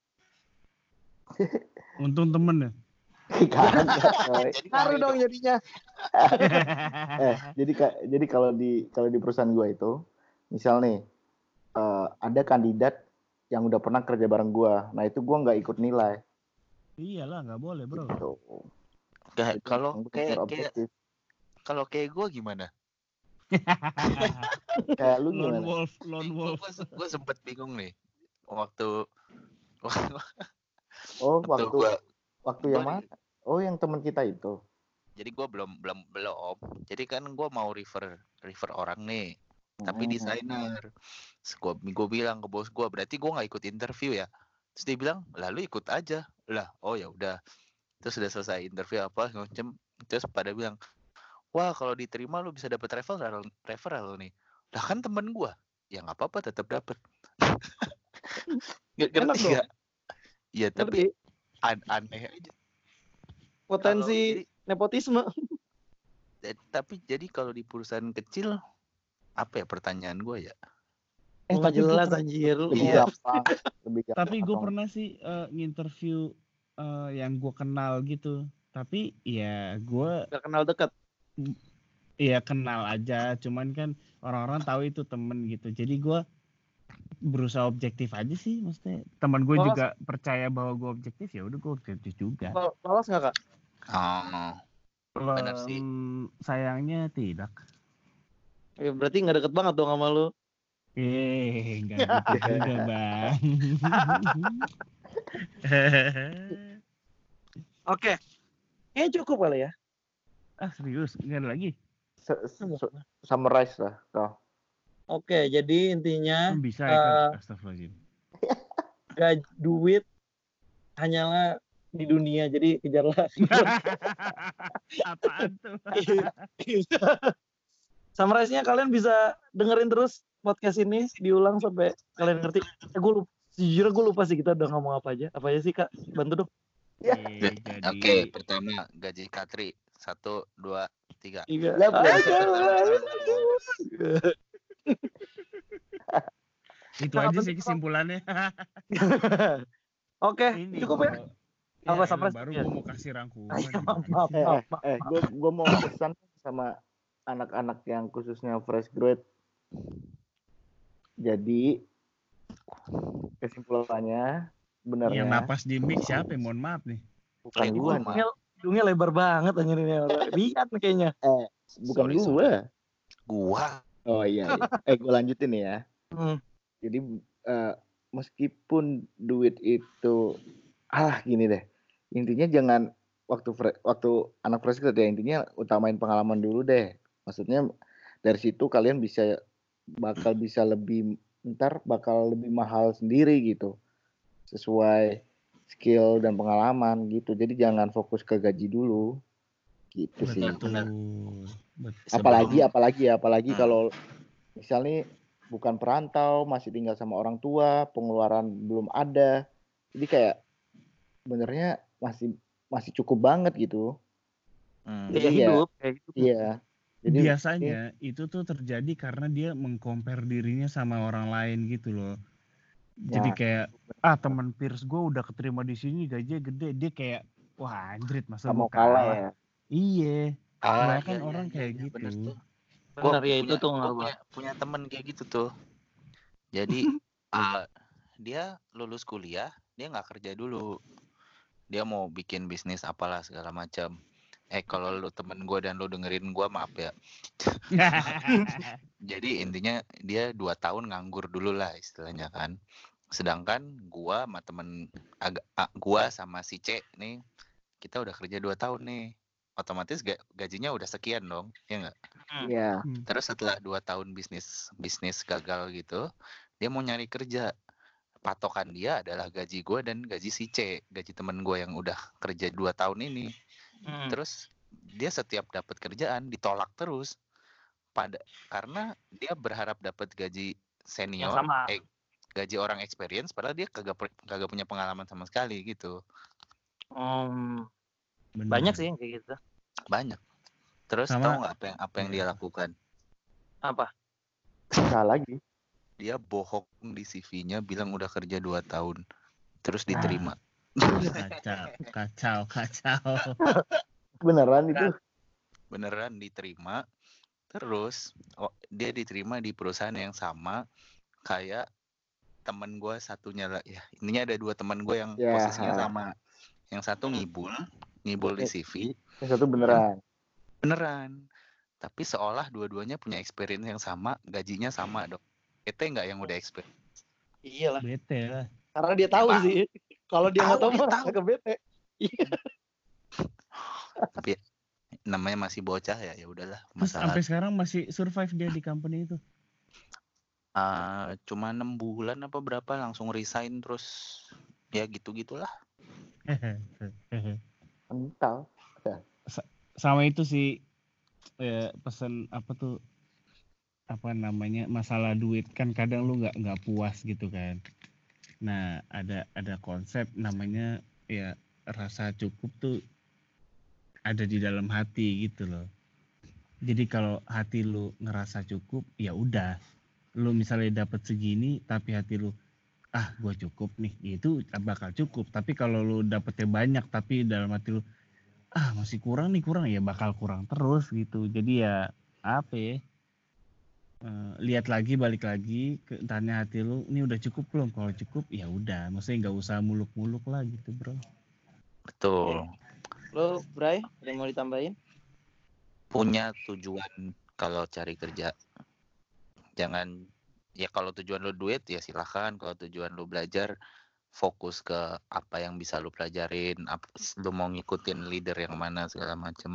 Untung temen ya. Kagak, coy. Jadi Ngaruh ngaruh dong jadinya. eh jadi ka- jadi kalau di kalau di perusahaan gua itu, misal nih eh, ada kandidat yang udah pernah kerja bareng gua, nah itu gua nggak ikut nilai. Iyalah nggak boleh bro. Gitu. Kayak Itu kalau yang benar kayak kayak objektif. kalau kayak gue gimana? Kayak lu Lone gimana? wolf, lone wolf. Gue sempet bingung nih waktu waktu, Oh waktu waktu gua, waktu gua yang nih, mana? Oh yang teman kita itu. jadi gue belum belum belum. Jadi kan gue mau refer refer orang nih, tapi Hmm. desainer. Gue gue bilang ke bos gue, berarti gue nggak ikut interview ya? Terus dia bilang, lalu ikut aja lah. Oh ya udah. Terus sudah selesai interview apa macam, terus pada bilang, wah kalau diterima lu bisa dapat referral referral nih. Lah kan temen gue, ya nggak apa-apa tetap dapat. Nggak Enak ngerti dong. nggak? Ya tapi Ngerti. an- aneh aja. Potensi Kalau jadi- nepotisme. Eh, tapi jadi kalau di perusahaan kecil, apa ya pertanyaan gue ya? Eh nggak Tapi gua jelas per- anjir. Lebih Iya. gampang. Lebih gampang. Tapi gue pernah sih uh, nginterview uh, yang gue kenal gitu. Tapi ya gue Gak kenal deket. ya kenal aja. Cuman kan orang-orang tahu itu temen gitu. Jadi gue berusaha objektif aja sih, maksudnya teman gue Lolos. juga percaya bahwa gue objektif, ya udah gue objektif juga. Lol- Lolos nggak kak? Oh, benar sih. Um, sayangnya tidak. Ya, berarti nggak deket banget dong sama lu. Eh, enggak gitu juga bang. Oke. Kayaknya cukup kali ya. Ah serius, nggak ada lagi? Se- se- Summarize lah kau. Oke, jadi intinya Bisa eh, ya kan? Astagfirullahaladzim. gak duit hanyalah di dunia, jadi kejarlah. Apaan tuh? Summarize-nya kalian bisa dengerin terus podcast ini diulang sampai kalian ngerti. Eh, gue lupa, sejujurnya gue lupa sih kita udah ngomong apa aja. Apa aja sih kak? Bantu dong. Eh, jadi Oke, pertama gaji Katri satu dua tiga. Tiga. Ya, boleh. itu Nah, aja sih bentuk- kesimpulannya. Oke, Ini cukup ya. kalau- Apa, ya, sampai- baru ya. gue mau kasih rangkuman. Ayo, gimana maaf, sih? Eh, maaf, eh, maaf. eh gue gue mau pesan sama anak-anak yang khususnya fresh graduate. Jadi kesimpulannya sebenarnya Yang napas di mic siapa? Mohon maaf nih. bukan Ini gua mohon nih. maaf. Hidungnya, hidungnya lebar banget anjir ini orang. Lihat nih kayaknya. Eh, bukan Sorry, gua. sorry. Gua Oh iya, iya. Eh gue lanjutin nih ya. Hmm. Jadi uh, meskipun duit itu alah gini deh, intinya jangan waktu fre- waktu anak fresh grad ya, intinya utamain pengalaman dulu deh. Maksudnya dari situ kalian bisa bakal bisa lebih ntar bakal lebih mahal sendiri gitu, sesuai skill dan pengalaman gitu. Jadi jangan fokus ke gaji dulu gitu sih. Betul. Betul. Apalagi Sebelum apalagi apalagi Hmm. kalau misalnya bukan perantau, masih tinggal sama orang tua, pengeluaran belum ada. Jadi kayak benernya masih masih cukup banget gitu. hmm, Gaya Jadi ya hidup kayak gitu. iya. Jadi ini Biasanya itu tuh terjadi karena dia meng-compare dirinya sama orang lain gitu loh. Jadi ya kayak ah teman peers gue udah keterima di sini gajinya gede, dia kayak wah anjrit masa nggak gue mau kalah kalah. ya. Iya, ah kebanyakan iya iya orang iya, kayak iya, bener gitu. tuh. Gua Bener ya, itu punya tuh gua ngaruh punya banget. punya temen kayak gitu tuh. Jadi uh, dia lulus kuliah, dia nggak kerja dulu. Dia mau bikin bisnis apalah segala macam. Eh kalau lu temen gue dan lu dengerin gue, maaf ya. Jadi intinya dia dua tahun nganggur dulu lah istilahnya kan. Sedangkan gua sama temen agak ah, gua sama si C nih, kita udah kerja dua tahun nih. Otomatis ga- gajinya udah sekian dong, ya nggak? Iya. Terus setelah dua tahun bisnis bisnis gagal gitu, dia mau nyari kerja. Patokan dia adalah gaji gue dan gaji si C, gaji temen gue yang udah kerja dua tahun ini. Hmm. Terus dia setiap dapat kerjaan ditolak terus, pada karena dia berharap dapat gaji Yang senior, sama. eh gaji orang experience, padahal dia kagak per- kagak punya pengalaman sama sekali gitu. Um, Bener. banyak sih yang kayak gitu. Banyak. Terus Sama- tahu nggak apa yang apa yang Iya. dia lakukan? Apa? Usaha lagi. Dia bohong di C V-nya, bilang udah kerja dua tahun, terus Nah. diterima. Kacau, kacau, kacau. Beneran itu. Beneran diterima. Terus oh, dia diterima di perusahaan yang sama kayak temen gue satunya lah ya. Intinya ada dua teman gue yang Ya. posisinya sama. Yang satu ngibul, ngibul di C V. Yang satu beneran. Beneran. Tapi seolah dua-duanya punya experience yang sama, gajinya sama dong. Bete nggak yang udah experience? Iyalah. Bete lah. Karena dia tahu Bang. sih. Kalau dia nggak Tahu, tahu dia mah tahu. agak bete. Tapi namanya masih bocah ya, ya udahlah. Terus Masalah sampai sekarang masih survive dia di company itu. uh, cuma enam bulan apa berapa langsung resign, terus ya gitu-gitulah. Mental. Sama itu sih eh, pesan apa tuh apa namanya masalah duit kan kadang lu nggak nggak puas gitu kan. Nah ada ada konsep namanya ya rasa cukup tuh ada di dalam hati gitu loh. Jadi kalau hati lu ngerasa cukup ya udah, lu misalnya dapat segini tapi hati lu ah gue cukup nih, itu bakal cukup. Tapi kalau lu dapetnya banyak tapi dalam hati lu ah masih kurang nih kurang, ya bakal kurang terus gitu. Jadi ya apa ya, uh, lihat lagi balik lagi ke tanya hati lu ini udah cukup belum. Kalau cukup ya udah, maksudnya nggak usah muluk-muluk lah gitu bro. Betul. Lo Bray ada yang mau ditambahin? Punya tujuan kalau cari kerja. Jangan, ya kalau tujuan lu duit ya silahkan. Kalau tujuan lu belajar, fokus ke apa yang bisa lu pelajarin. Apa, lu mau ngikutin leader yang mana segala macem.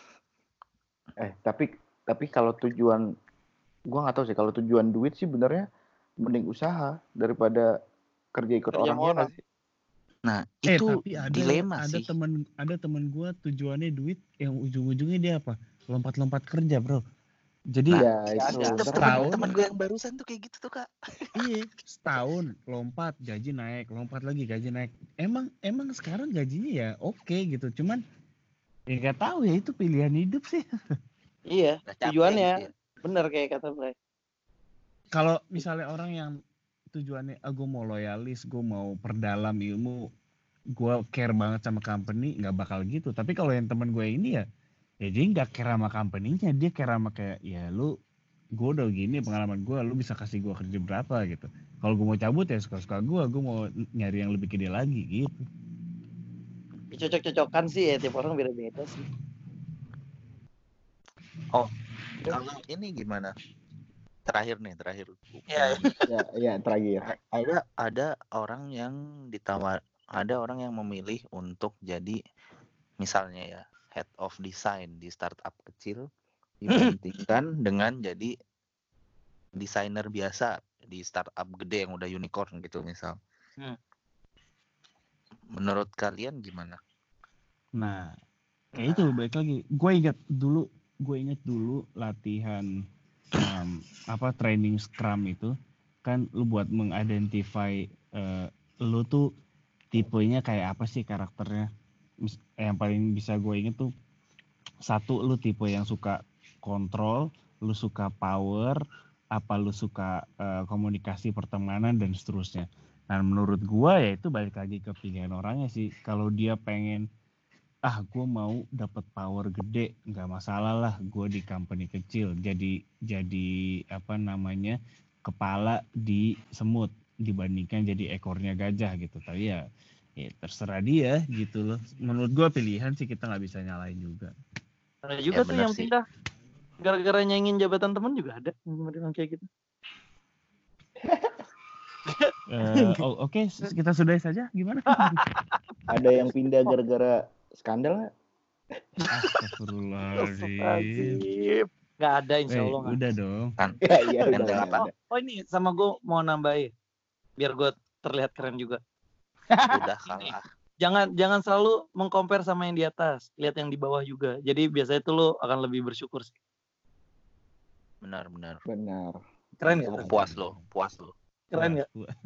Eh tapi tapi kalau tujuan gua nggak tahu sih, kalau tujuan duit sih benernya mending usaha daripada kerja ikut Kerja orang, sama ya orang. nggak sih? Nah Eh itu tapi ada dilema ada sih. teman ada teman gue tujuannya duit, yang ujung-ujungnya dia apa, lompat-lompat kerja bro. Jadi Nah, ya ya itu ada. ntar setahun teman gue yang barusan tuh kayak gitu tuh kak. iya setahun lompat gaji naik, lompat lagi gaji naik. Emang emang sekarang gajinya ya oke gitu, cuman ya nggak tahu ya, itu pilihan hidup sih. Iya, Udah capek tujuannya gitu ya. bener kayak kata Bray. Kalau misalnya orang yang tujuannya ah, gue mau loyalis, gue mau perdalam ilmu, gue care banget sama company, nggak bakal gitu. Tapi kalau yang teman gue ini ya ya dia nggak care sama company-nya, dia care sama kayak ya lu, gue udah gini pengalaman gue, lu bisa kasih gue kerja berapa gitu. Kalau gue mau cabut ya suka-suka gue, gue mau nyari yang lebih gede lagi gitu. Cocok-cocokan sih ya, tiap orang beda-beda sih. Oh, kalau ini gimana? terakhir nih, terakhir. Iya. Ya, ya terakhir. A- Ada ada orang yang ditawar, ada orang yang memilih untuk jadi misalnya ya head of design di startup kecil dibandingkan dengan jadi desainer biasa di startup gede yang udah unicorn gitu misal. Hmm. Menurut kalian gimana? Nah, kayak itu balik lagi. Gue ingat dulu, gue ingat dulu latihan um, apa training Scrum itu kan lu buat mengidentify uh, lu tuh tipenya kayak apa sih karakternya. Mis- Yang paling bisa gue inget tuh satu lu tipe yang suka kontrol, lu suka power, apa lu suka uh, komunikasi pertemanan dan seterusnya. Nah menurut gue ya itu balik lagi ke pilihan orangnya sih. Kalau dia pengen ah gue mau dapat power gede nggak masalah lah gue di company kecil jadi jadi apa namanya kepala di semut dibandingkan jadi ekornya gajah gitu tapi ya, ya terserah dia gitu loh menurut gue pilihan sih kita nggak bisa nyalain juga. Ada Ya juga tuh benar yang sih. pindah gara-gara nyaingin jabatan temen juga ada yang bilang kayak gitu. Eh, oh, Oke okay, kita sudahi saja gimana? Ada yang pindah gara-gara skandal nggak? Astagfirullahaladzim. Astagfirullahaladzim. Nggak ada insya Eh, Allah nggak. udah dong. Kan Ya, iya, udah, skandal udah, apa? udah. Oh ini sama gue mau nambahin biar gue terlihat keren juga. Udah kalah. Jangan jangan selalu mengcompare sama yang di atas, lihat yang di bawah juga. Jadi biasanya itu lo akan lebih bersyukur sih. Benar benar. Benar. Keren Pu- nggak? Puas lo, puas lo. Keren nggak? Puas, puas.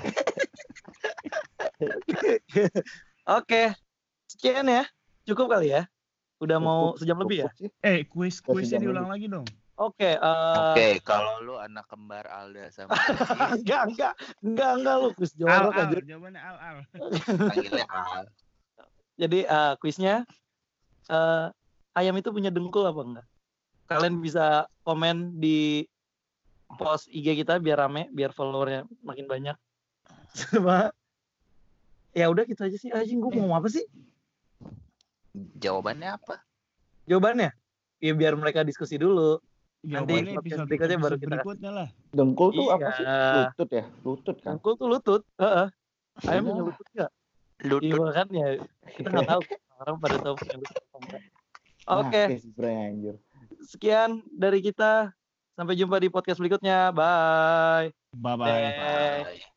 Oke, sekian ya. Cukup kali ya. Udah mau Cukup, sejam lebih ya. cukup sih. Eh kuis Udah kuisnya sejam diulang lagi dong. Oke. eh, Oke, kalau lu anak kembar Alda sama Rizky, enggak enggak enggak enggak lu kuis Al jorok al aja. jawabannya al al. panggilnya Al. Jadi eh, kuisnya eh, ayam itu punya dengkul apa enggak? Kalian bisa komen di post I G kita biar rame, biar followernya makin banyak. Sama ya udah gitu aja sih. Anjing gue mau ngomong apa sih? Jawabannya apa? Jawabannya? Ya biar mereka diskusi dulu. Jawabannya Nanti podcast episode, berikutnya baru episode kita kasih. berikutnya lah. Dengkul tuh Iya. apa sih? Lutut ya? Lutut kan? Dengkul tuh lutut. Heeh. Ayam Iya. punya lutut enggak? Iya Lutut. makanya kita nggak tahu. Orang pada tahu punya lutut apa enggak. Oke, Nah, kes, bre, anjir. sekian dari kita. Sampai jumpa di podcast berikutnya. Bye. Bye bye. Bye. Bye.